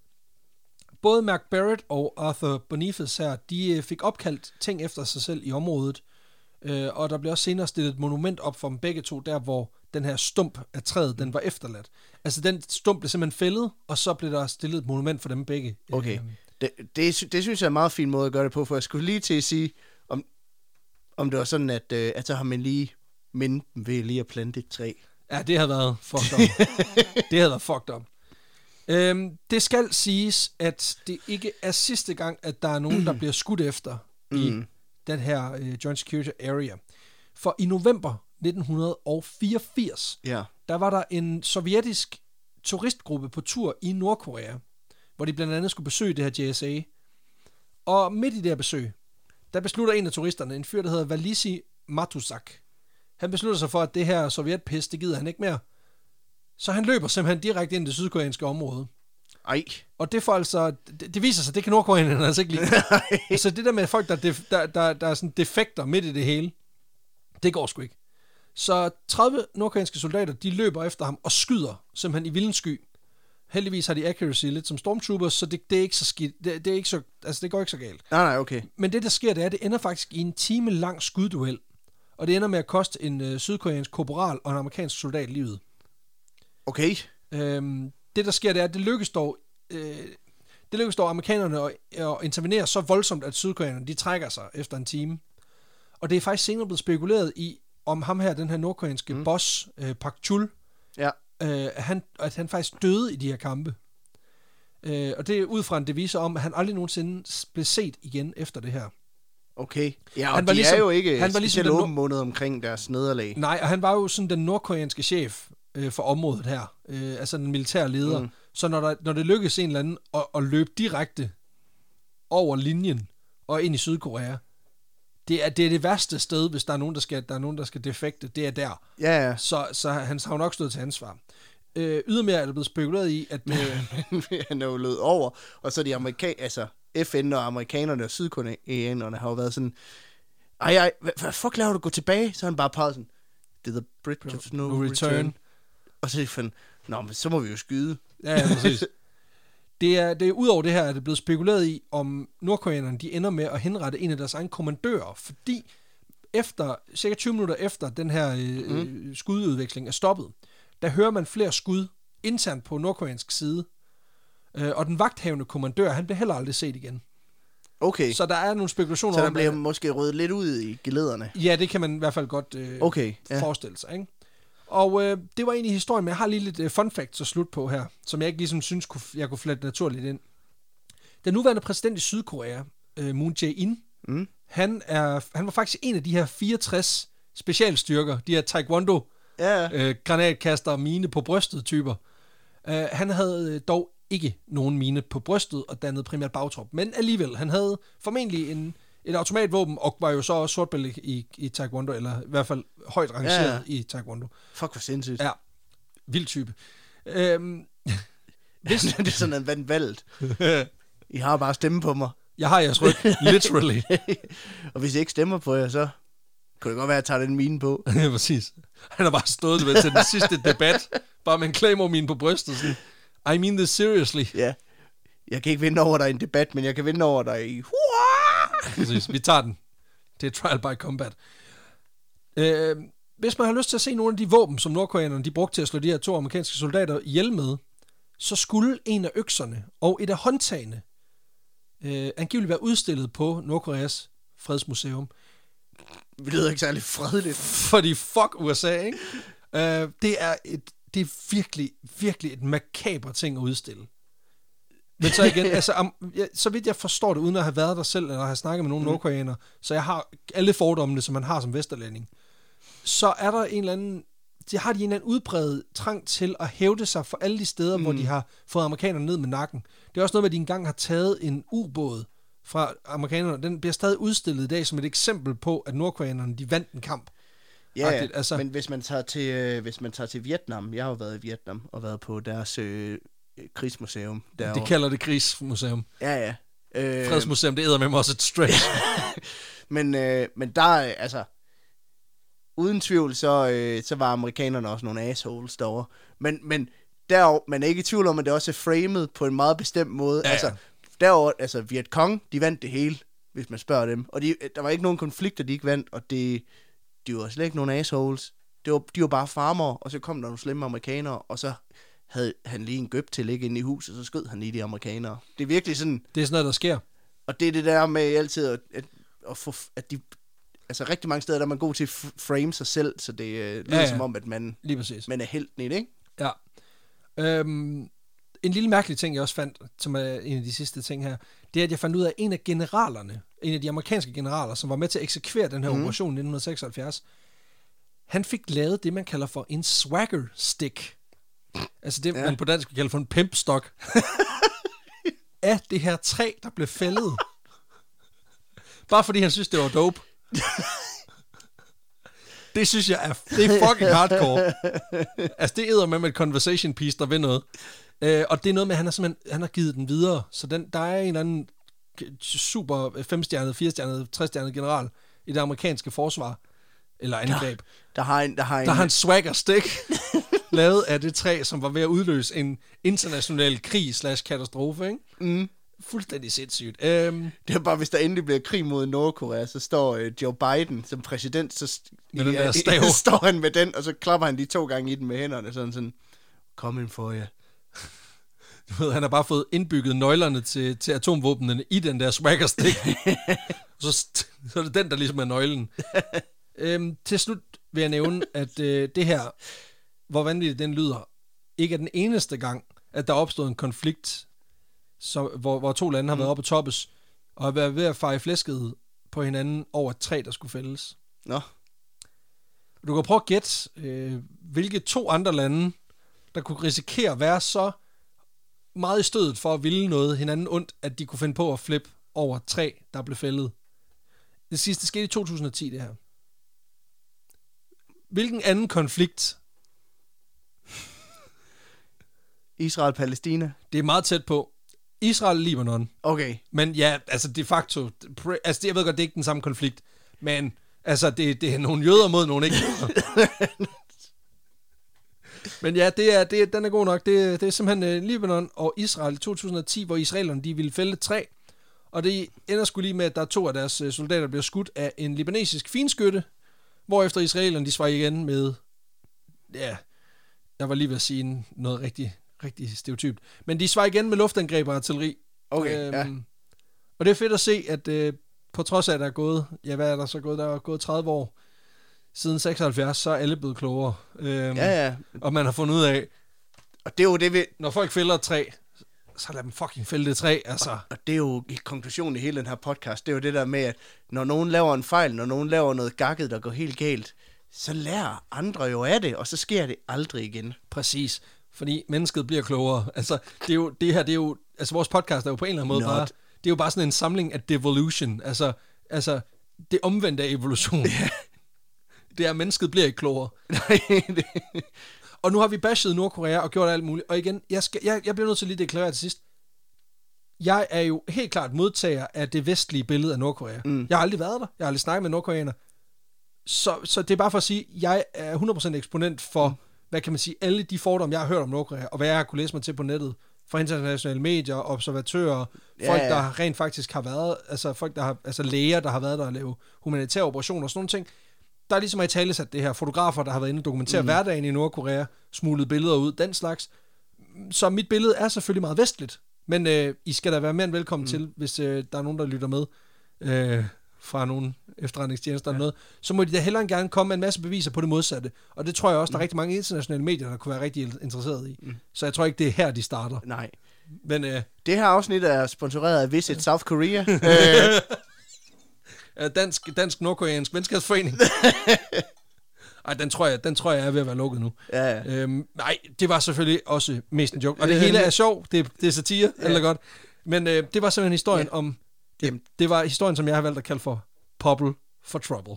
både Mark Barrett og Arthur Boniface her, de uh, fik opkaldt ting efter sig selv i området. Uh, og der blev også senere stillet et monument op for dem begge to, der hvor den her stump af træet, den var efterladt. Altså den stump blev simpelthen fældet, og så blev der stillet et monument for dem begge. Okay, uh, det, det, det synes jeg er en meget fin måde at gøre det på, for jeg skulle lige til at sige, om, om det var sådan, at, uh, at så har man lige mindet dem ved lige at plante et træ. Ja, det havde været fucked up. det havde været fucked up. Uh, det skal siges, at det ikke er sidste gang, at der er nogen, der bliver skudt efter mm. i den her uh, Joint Security Area. For i november nitten fireogfirs, ja. der var der en sovjetisk turistgruppe på tur i Nordkorea, hvor de blandt andet skulle besøge det her J S A. Og midt i det her besøg, der beslutter en af turisterne, en fyr, der hedder Valisy Matusak. Han beslutter sig for, at det her sovjetpis, det gider han ikke mere. Så han løber simpelthen direkte ind i det sydkoreanske område. Ej. Og det får altså, det, det viser sig, det kan nordkoreanerne altså ikke lide. Så det der med folk, der, def, der, der, der er sådan defekter midt i det hele, det går sgu ikke. Så tredive nordkoreanske soldater, de løber efter ham og skyder simpelthen i vildens sky. Heldigvis har de accuracy lidt som stormtroopers, så det, det er ikke så skidt. Det, det er ikke så, altså det går ikke så galt. Nej, nej, okay. Men det der sker, det er, det ender faktisk i en time lang skudduel. Og det ender med at koste en øh, sydkoreansk korporal og en amerikansk soldat livet. Okay. Øhm, det der sker, det er, at det lykkes dog, øh, det lykkes dog amerikanerne at, at intervenere så voldsomt, at sydkoreanerne, de trækker sig efter en time. Og det er faktisk senere blevet spekuleret i, om ham her, den her nordkoreanske mm. boss, øh, Park Chul, ja. øh, at, han, at han faktisk døde i de her kampe. Øh, og det er ud fra en devise om, at han aldrig nogensinde blev set igen efter det her. Okay. Ja, og han var de ligesom, er jo ikke han var ligesom specielt åben måned omkring deres nederlag. Nej, og han var jo sådan den nordkoreanske chef øh, for området her. Øh, altså den militære leder. Mm. Så når, der, når det lykkes en eller anden at, at løbe direkte over linjen og ind i Sydkorea. Det er, det er det værste sted, hvis der er nogen, der skal, der er nogen, der skal defekte. Det er der. Ja, ja. Så, så han har jo nok stået til ansvar. Øh, ydermere er det blevet spekuleret i, at... Øh... han er jo lød over, og så de amerikanere, altså F N og amerikanerne og sydkoreanerne har jo været sådan, ej, ej, hvad, hvad fuck laver du gå tilbage? Så han bare peget sådan, det er the bridge of no, no return. return. Og så er de nå, men så må vi jo skyde. Ja, ja, præcis. Det er, det er udover det her, at det er blevet spekuleret i, om nordkoreanerne de ender med at henrette en af deres egne kommandører, fordi efter, cirka tyve minutter efter den her øh, mm. skududveksling er stoppet, der hører man flere skud internt på nordkoreansk side, øh, og den vagthavende kommandør, han bliver heller aldrig set igen. Okay. Så der er nogle spekulationer om... Så der om, bliver at, måske ryddet lidt ud i gelederne. Ja, det kan man i hvert fald godt øh, okay, ja. forestille sig, ikke? Og øh, det var egentlig historien, men jeg har lige lidt øh, fun facts at slutte på her, som jeg ikke ligesom synes, kunne, jeg kunne flette naturligt ind. Den nuværende præsident i Sydkorea, øh, Moon Jae-in, mm. han, er, han var faktisk en af de her fireogtres specialstyrker, de her taekwondo, yeah. øh, granatkaster og mine på brystet typer. Uh, han havde øh, dog ikke nogen mine på brystet og dannede primært bagtrop, men alligevel, han havde formentlig en, et automatvåben, og var jo så også sortbælte i, i taekwondo, eller i hvert fald højt rangeret yeah. i taekwondo. Fuck, hvor sindssygt. Ja, vild type. Øhm, hvis... det er sådan en vandt valgt. I har bare stemme på mig. Jeg har jeres ryg, literally. Og hvis I ikke stemmer på jer, så kunne det godt være, at jeg tager den mine på. Ja, præcis. Han har bare stået ved til den sidste debat, bare med en claymore-mine på brystet, sådan, I mean this seriously. Ja, jeg kan ikke vinde over dig i en debat, men jeg kan vinde over dig i... Præcis, vi tager den. Det er trial by combat. Øh, hvis man har lyst til at se nogle af de våben, som nordkoreanerne de brugte til at slå de her to amerikanske soldater ihjel med, så skulle en af økserne og et af håndtagene øh, angiveligt være udstillet på Nordkoreas fredsmuseum. Det lyder ikke særlig fredeligt. Fordi fuck U S A, ikke? øh, det, er et, det er virkelig, virkelig et makaber ting at udstille. Men så igen, altså, um, ja, så vidt jeg forstår det, uden at have været der selv, eller have snakket med nogle mm. nordkoreanere, så jeg har alle fordommene, som man har som vesterlænding, så er der en eller anden, de har de en eller anden udbredt trang til at hævde sig for alle de steder, mm. hvor de har fået amerikanerne ned med nakken. Det er også noget, at de engang har taget en ubåd fra amerikanerne. Den bliver stadig udstillet i dag som et eksempel på, at nordkoreanerne, de vandt en kamp. Ja, altså, men hvis man tager til øh, hvis man tager til Vietnam, jeg har jo været i Vietnam og været på deres øh, krigsmuseum derovre. De kalder det krigsmuseum. Ja, ja. Øh, Fredsmuseum, det æder med mig også et stretch. men, øh, men der, altså, uden tvivl, så, øh, så var amerikanerne også nogle assholes derovre. Men, men derovre, man er ikke i tvivl om, at det også er framed på en meget bestemt måde. Ja, altså, ja. Derovre, altså Vietcong, de vandt det hele, hvis man spørger dem. Og de, der var ikke nogen konflikter, de ikke vandt, og det, de var slet ikke nogen assholes. Det var, de var bare farmere, og så kom der nogle slemme amerikanere, og så havde han lige en gøb til at ligge inde i huset, og så skød han lige de amerikanere. Det er virkelig sådan... Det er sådan noget, der sker. Og det er det der med altid, at, at, at få... At de, altså rigtig mange steder, der er man god til at frame sig selv, så det øh, lyder ja, ja. som om, at man, lige præcis. man er helten i det, ikke? Ja. Øhm, en lille mærkelig ting, jeg også fandt, som er en af de sidste ting her, det er, at jeg fandt ud af, at en af generalerne, en af de amerikanske generaler, som var med til at eksekvere den her mm. operation i nitten seksoghalvfjerds, han fik lavet det, man kalder for en swagger stick. Altså det, ja. man på dansk kan kalde for en pimpstok. Af det her træ, der blev fældet. Bare fordi han synes, det var dope. Det synes jeg er, det er fucking hardcore. Altså det æder med med et conversation piece, der ved noget. Øh, og det er noget med, at han har simpelthen han har givet den videre. Så den, der er en eller anden super femstjernet, firestjernet, trestjernet general i det amerikanske forsvar. Eller angreb. Der, der har en, der har en, der har en swagger stick lavet af det træ, som var ved at udløse en international krig slash katastrofe, ikke? Mm. Fuldstændig sindssygt. Um, det er bare, hvis der endelig bliver krig mod Nordkorea, så står uh, Joe Biden som præsident, så med den der stav. står han med den, og så klapper han de to gange i den med hænderne, sådan sådan, kom ind for jer. Du ved, han har bare fået indbygget nøglerne til, til atomvåbnene i den der swagger stick. så, så er det den, der ligesom er nøglen. um, til slut vil jeg nævne, at uh, det her, hvor vanvittigt den lyder, ikke er den eneste gang, at der er opstået en konflikt, så, hvor, hvor to lande har været mm. oppe på toppes, og har været ved at feje flæsket på hinanden over et træ, der skulle fældes. Nå. Du kan prøve at gætte, øh, hvilke to andre lande, der kunne risikere at være så meget i stødet for at ville noget hinanden ondt, at de kunne finde på at flippe over træ, der blev fældet. Det sidste skete i to tusind og ti, det her. Hvilken anden konflikt? Israel-Palæstina? Det er meget tæt på. Israel-Libanon. Okay. Men ja, altså de facto, altså jeg ved godt, det er ikke den samme konflikt, men altså det, det er nogle jøder mod nogle ikke. Men ja, det er, det, den er god nok. Det, det er simpelthen uh, Libanon og Israel i to tusind og ti, hvor israelerne de ville fælde træ. Og det ender sgu lige med, at der er to af deres uh, soldater, der bliver skudt af en libanesisk finskytte, hvorefter israelerne de svarer igen med, ja, jeg var lige ved at sige noget rigtig, rigtig stereotypt, men de svarer igen med luftangreb og artilleri. Okay, øhm, ja. Og det er fedt at se, at uh, på trods af, at der er gået, ja, hvad er der så gået? Der er gået tredive år siden seksoghalvfjerds, så er alle blevet klogere. Øhm, ja, ja. Og man har fundet ud af, og det er jo det, vi... når folk fælder et træ, så lad dem fucking fælde det træ, altså. Og, og det er jo konklusionen i hele den her podcast, det er jo det der med, at når nogen laver en fejl, når nogen laver noget gakket, der går helt galt, så lærer andre jo af det, og så sker det aldrig igen. Præcis, fordi mennesket bliver klogere. Altså, det, er jo, det her, det er jo, altså vores podcast er jo på en eller anden måde Not. bare, det er jo bare sådan en samling af devolution, altså, altså det omvendte af evolution. Det er, at mennesket bliver ikke klogere. Og nu har vi bashed Nordkorea og gjort alt muligt. Og igen, jeg, skal, jeg, jeg bliver nødt til lige at deklarere til sidst. Jeg er jo helt klart modtager af det vestlige billede af Nordkorea. Mm. Jeg har aldrig været der. Jeg har aldrig snakket med nordkoreaner. Så, så det er bare for at sige, at jeg er hundrede procent eksponent for, mm. hvad kan man sige, alle de fordomme, jeg har hørt om Nordkorea, og hvad jeg har kunne læse mig til på nettet, fra internationale medier, observatører, ja, folk, der ja. rent faktisk har været, altså folk, der har, altså læger, der har været der og lave humanitære operationer og sådan nogle ting. Der er ligesom at i tale sat det her, fotografer, der har været inde og dokumentere mm. hverdagen i Nordkorea, smuglet billeder ud, den slags. Så mit billede er selvfølgelig meget vestligt, men øh, I skal da være mere end velkommen mm. til, hvis øh, der er nogen, der lytter med øh, fra nogle efterretningstjenester ja. eller noget, så må de da hellere gerne komme med en masse beviser på det modsatte. Og det tror jeg også, der er mm. rigtig mange internationale medier, der kunne være rigtig interesseret i. Mm. Så jeg tror ikke, det er her, de starter. Nej. Men øh, det her afsnit er sponsoreret af Visit South Korea. Dansk, dansk Nordkoreansk Venskabsforening. Ej, den tror jeg, den tror jeg er ved at være lukket nu. Ja, ja. Øhm, nej, det var selvfølgelig også mest en joke. Og det hele er sjov, det, det er satire, ja. eller godt. Men øh, det var simpelthen historien ja. om, det, det var historien, som jeg har valgt at kalde for Pobble for Trouble.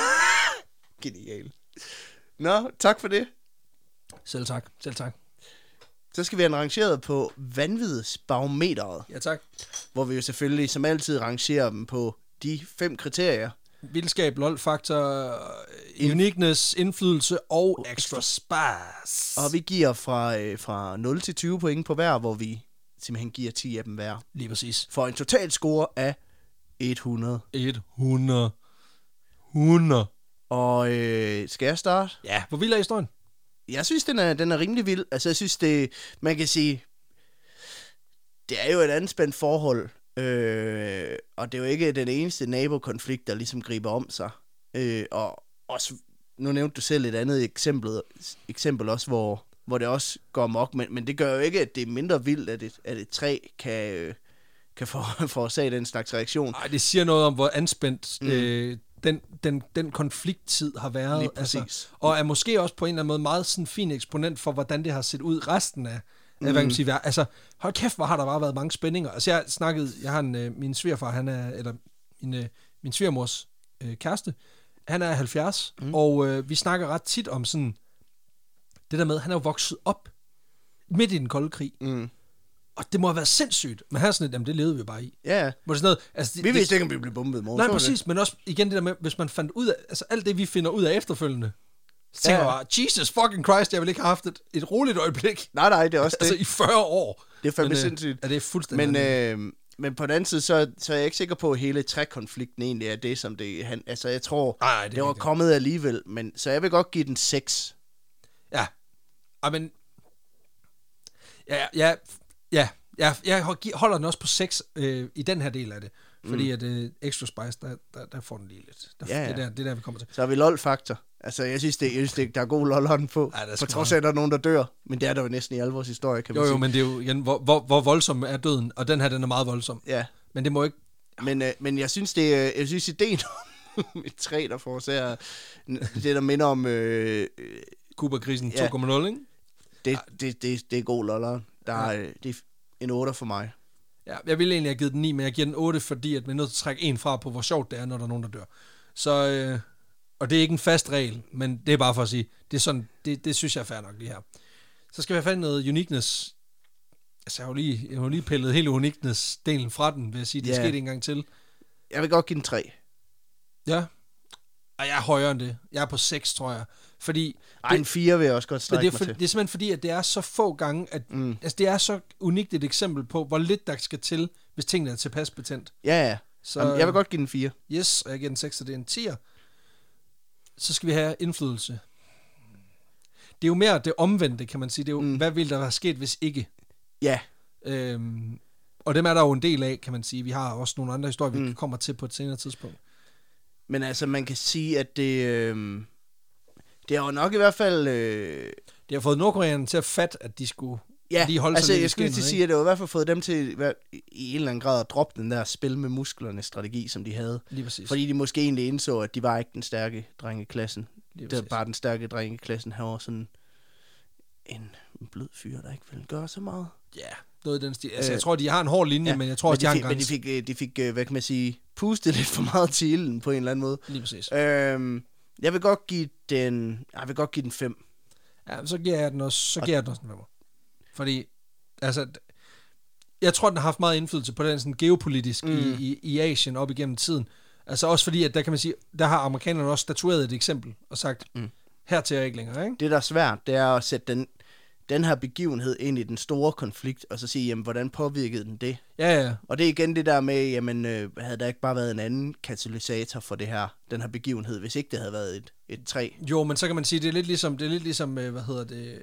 Genial. Nå, tak for det. Selv tak, selv tak. Så skal vi have rangeret på vanvidsbarometeret. Ja, tak. Hvor vi jo selvfølgelig som altid rangerer dem på de fem kriterier. Vildskab, lol-faktor, uniqueness, indflydelse og extra spice. Og vi giver fra, øh, fra nul til tyve point på hver, hvor vi simpelthen giver ti af dem hver. Lige præcis. For en total score af hundrede. hundrede. hundrede. Og øh, skal jeg starte? Ja, hvor vild er historien? Jeg synes, den er, den er rimelig vild. Altså, jeg synes, det, man kan sige, det er jo et anspændt forhold. Øh, og det er jo ikke den eneste nabokonflikt, der ligesom griber om sig. Øh, og også, nu nævnte du selv et andet eksempel, eksempel også, hvor, hvor det også går amok, men, men det gør jo ikke, at det er mindre vildt, at et, at et træ kan, øh, kan for, forårsage den slags reaktion. Nej, det siger noget om, hvor anspændt mm. øh, den, den, den konflikttid har været. Lige præcis. Altså, og er måske også på en eller anden måde meget sådan fin eksponent for, hvordan det har set ud resten af Mm. Hvad kan man sige, altså, hold kæft, hvor har der bare været mange spændinger. Altså, jeg snakkede, jeg har en, øh, min svigerfar, han er, eller min, øh, min svigermors øh, kæreste, han er halvfjerds, mm. og øh, vi snakker ret tit om sådan, det der med, han er jo vokset op midt i den kolde krig. Mm. Og det må have været sindssygt, men han er sådan lidt, jamen det levede vi bare i. Ja, yeah. Hvor det sådan noget, altså, det, vi vidste ikke, om vi blev bombet i morgen. Nej, præcis, det. Men også igen det der med, hvis man fandt ud af, altså alt det, vi finder ud af efterfølgende, så tænker jeg bare, Jesus fucking Christ, jeg vil ikke have haft et, et roligt øjeblik. Nej, nej, det er også altså, det. Altså i fyrre år. Det er fandme men, sindssygt. Ja, det er fuldstændig. Men, øh, men på den anden side, så, så er jeg ikke sikker på, at hele trækonflikten egentlig er det, som det han, altså jeg tror, nej, det, det var kommet alligevel. Men, så jeg vil godt give den seks. Ja. Ja, men... Ja, ja, ja. Ja, jeg holder den også på seks øh, i den her del af det. Fordi mm. at øh, Extra Spice, der, der, der får den lige lidt. Der, ja, ja. Det, der, det der, vi kommer til. Så har vi lol-faktor. Altså, jeg synes, det, jeg synes det, der er god lol-hånd på. Ja, for trods af, at der er nogen, der dør. Men det er der jo næsten i alle vores historie, kan man jo, sige. Jo, men det er jo igen, hvor, hvor, hvor voldsom er døden. Og den her, den er meget voldsom. Ja. Men det må ikke... Men, øh, men jeg synes, det er, jeg synes ideen om et træ, der forårsager det, der minder om... Øh, Kuba-krisen ja. to komma nul, ikke? Det, det, det, det er god lolleren. Der er, ja. Det er en otter for mig. Ja, jeg ville egentlig have givet den ni, men jeg giver den otte, fordi at man er nødt til at trække en fra på, hvor sjovt det er, når der er nogen, der dør. Så, øh, og det er ikke en fast regel, men det er bare for at sige, det er sådan, det, det synes jeg er fair nok lige her. Så skal vi have fat i noget uniqueness. Altså, jeg har jo lige, jeg har jo lige pillet hele uniqueness-delen fra den, vil jeg sige, det yeah. skete en gang til. Jeg vil godt give den tre. Ja. Og jeg er højere end det. Jeg er på seks, tror jeg. Fordi Ej, en fire vil jeg også godt strække det er, mig for, til. det er simpelthen fordi, at det er så få gange, at mm. altså, det er så unikt et eksempel på, hvor lidt der skal til, hvis tingene er tilpas betændt. Ja, ja. Så, Jamen, jeg vil godt give den fire. Yes, og jeg giver den seks, så det er en tier. Så skal vi have indflydelse. Det er jo mere det omvendte, kan man sige. Det er jo, mm. hvad ville der være sket, hvis ikke? Ja. Øhm, og dem er der jo en del af, kan man sige. Vi har også nogle andre historier, vi mm. kommer til på et senere tidspunkt. Men altså, man kan sige, at det... Øh, det har jo nok i hvert fald... Øh, det har fået nordkoreanerne til at fatte, at de skulle ja, lige holde altså, sig lidt jeg skulle skinnet, til sige, at det har i hvert fald fået dem til i en eller anden grad at droppe den der spil med musklerne strategi, som de havde. Lige præcis. Fordi de måske egentlig indså, at de var ikke den stærke dreng i klassen. Lige det var bare den stærke dreng i klassen. Han var sådan en blød fyr, der ikke ville gøre så meget. Ja, yeah, noget i den stil. Altså, jeg tror, de har en hård linje, ja, men jeg tror, men at de, de har en grænse. Men de fik, de fik, hvad kan man sige, pustet lidt for meget til ilden på en eller anden måde. Lige præcis. Øhm, jeg vil godt give den, jeg vil godt give den fem. Ja, så giver jeg den også, så giver jeg den også en femmer. Fordi, altså, jeg tror, den har haft meget indflydelse på den sådan geopolitisk mm. i, i, i Asien op igennem tiden. Altså også fordi, at der kan man sige, der har amerikanerne også statueret et eksempel og sagt, mm. hertil er ikke længere, ikke? Det, der er svært, det er at sætte den, den her begivenhed ind i den store konflikt, og så sige, jamen, hvordan påvirkede den det? Ja, ja. Og det er igen det der med, jamen, øh, havde der ikke bare været en anden katalysator for det her, den her begivenhed, hvis ikke det havde været et, et træ? Jo, men så kan man sige, det er lidt ligesom, det er lidt ligesom, hvad hedder det,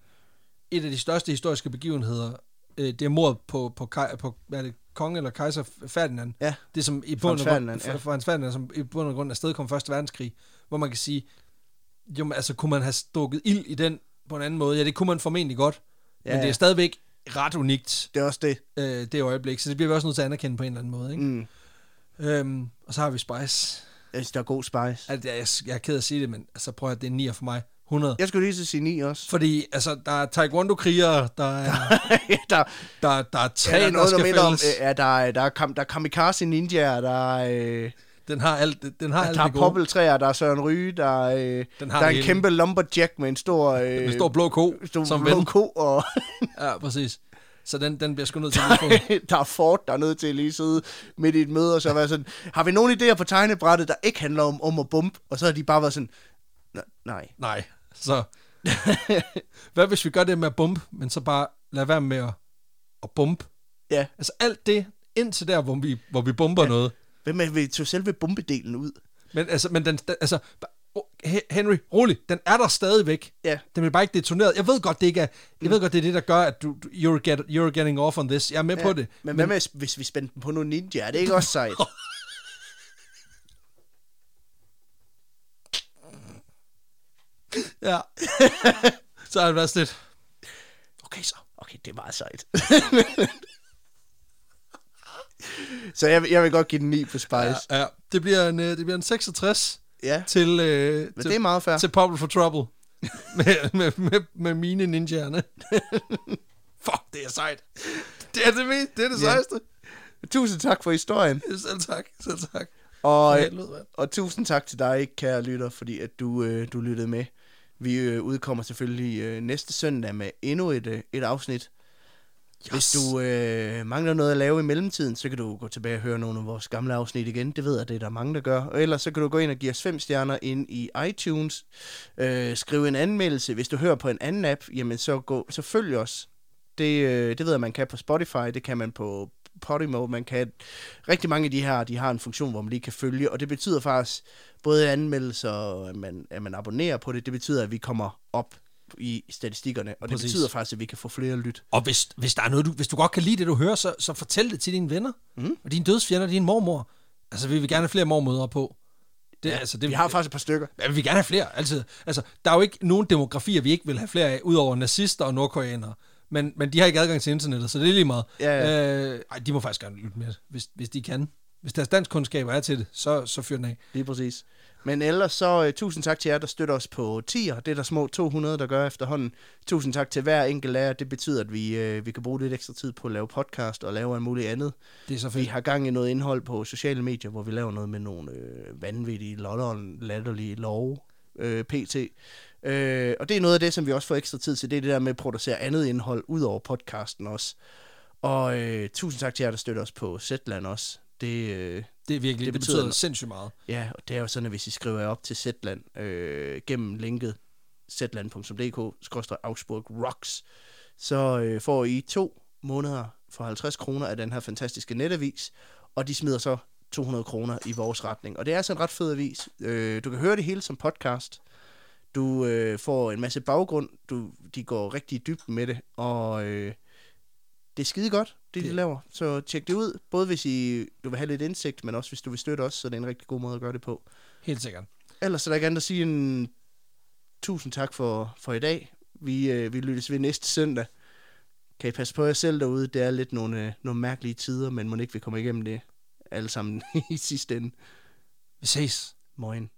et af de største historiske begivenheder, det er mordet på, på, på hvad er det, konge eller kejser Ferdinand. Ja, det som i bund og grund, ja. for Hans Ferdinand, som i bund og grund afsted kom første verdenskrig, hvor man kan sige, jo, altså kunne man have stukket ild i den på en anden måde? Ja, det kunne man formentlig godt, ja, men det er stadigvæk ret unikt. Det er også det. Øh, det øjeblik, så det bliver vi også nødt til at anerkende på en eller anden måde, ikke? Mm. Øhm, og så har vi Spice. Jeg synes, der er god Spice. Altså, jeg, jeg er ked af at sige det, men altså, prøv at det er en nier for mig. hundrede. Jeg skulle lige så sige ni også. Fordi, altså, der er taekwondo-krigere, der er, der, der, der er træ, ja, der, der skal fældes. Om, ja, der er, der er, kam, der er kamikaze ninjaer, der er... Øh, den har alt, den har alt der er poppeltræer, der er Søren Ryge, der er, øh, der er en hele. Kæmpe lumberjack med en stor... Øh, med en stor blå ko, stor som blå ven. ko, og... ja, præcis. Så den, den bliver sgu nødt til at få. Der er Ford, der er nødt til at lige sidde midt i et møde, og så være sådan, har vi nogle idéer på tegnebrættet, der ikke handler om, om at bombe? Og så har de bare været sådan, nej. Nej, så... Hvad hvis vi gør det med at bombe, men så bare lad være med at, at bombe? Ja. Altså alt det, indtil der, hvor vi, hvor vi bomber ja. noget. Hvem er vi tog selve bombedelen ud? Men altså, men den, altså, Henry, rolig, den er der stadigvæk. Ja. Den bliver bare ikke detoneret. Jeg ved godt, det ikke er, jeg ved godt, det er det, der gør, at du, you're, get, you're getting off on this. Jeg er med ja. på det. Men, men hvad med, hvis vi spændte den på nogle ninja? Er det ikke også sejt? Ja. Så har det været lidt. Okay, så. Okay, det er meget sejt. Så jeg, jeg vil godt give den ni på Spice. Ja, ja. Det bliver en, det bliver en seksogtres. Ja. Til, øh, Men til, det er meget fair. Til Purple for Trouble. med, med, med, med mine ninjaerne. Fuck, det er sejt. Det er det, det, er det sejeste. Ja. Tusind tak for historien. Selv tak, selv tak. Og, og tusind tak til dig, kære lytter, fordi at du, øh, du lyttede med. Vi øh, udkommer selvfølgelig øh, næste søndag med endnu et, øh, et afsnit. Yes. Hvis du øh, mangler noget at lave i mellemtiden, så kan du gå tilbage og høre nogle af vores gamle afsnit igen. Det ved jeg, det er der mange, der gør. Og ellers så kan du gå ind og give os fem stjerner ind i iTunes. Øh, skrive en anmeldelse. Hvis du hører på en anden app, jamen så, gå, så følg os. Det, øh, det ved jeg, man kan på Spotify. Det kan man på Podimo. Man kan, rigtig mange af de her, de har en funktion, hvor man lige kan følge. Og det betyder faktisk både anmeldelser og at man, at man abonnerer på det. Det betyder, at vi kommer op i statistikkerne, og Præcis. Det betyder faktisk, at vi kan få flere lyt. Og hvis, hvis der er noget, du, hvis du godt kan lide det, du hører, så, så fortæl det til dine venner, mm. og dine dødsfjender, din mormor. Altså, vi vil gerne have flere mormødre på. Det, ja, altså, det, vi har faktisk et par stykker. Ja, vi vil gerne have flere, altid. Altså, der er jo ikke nogen demografier, vi ikke vil have flere af, udover nazister og nordkoreanere. Men, men de har ikke adgang til internettet, så det er lige meget. Ja, ja. Øh, ej, de må faktisk gerne lytte med, hvis, hvis de kan. Hvis deres danskkundskaber er til det, så, så fyr den af. Lige præcis. Men ellers så uh, tusind tak til jer, der støtter os på tier. Det er der små to hundrede, der gør efterhånden. Tusind tak til hver enkelt lærer. Det betyder, at vi, uh, vi kan bruge lidt ekstra tid på at lave podcast og lave en mulig andet. Det er så fedt. Vi har gang i noget indhold på sociale medier, hvor vi laver noget med nogle øh, vanvittige, lolleren, latterlige love, øh, pt. Øh, og det er noget af det, som vi også får ekstra tid til. Det er det der med at producere andet indhold, ud over podcasten også. Og øh, tusind tak til jer, der støtter os på Zetland også. Det, øh, det er virkelig, det, det betyder, betyder sindssygt meget. Ja, og det er jo sådan, at hvis I skriver jer op til Zetland øh, gennem linket zetland punktum d k skråstreg Augsburg Rocks, så øh, får I to måneder for halvtreds kroner af den her fantastiske netavis, og de smider så to hundrede kroner i vores retning. Og det er altså en ret fed avis. Øh, du kan høre det hele som podcast. Du øh, får en masse baggrund. Du, de går rigtig i dybden med det, og øh, det er skide godt, det, det de laver. Så tjek det ud, både hvis I, du vil have lidt indsigt, men også hvis du vil støtte os, så det er en rigtig god måde at gøre det på. Helt sikkert. Ellers er der ikke andet at sige en tusind tak for, for i dag. Vi, øh, vi lyttes ved næste søndag. Kan I passe på jer selv derude? Det er lidt nogle, øh, nogle mærkelige tider, men må ikke vi komme igennem det alle sammen i sidste ende. Vi ses. Moin.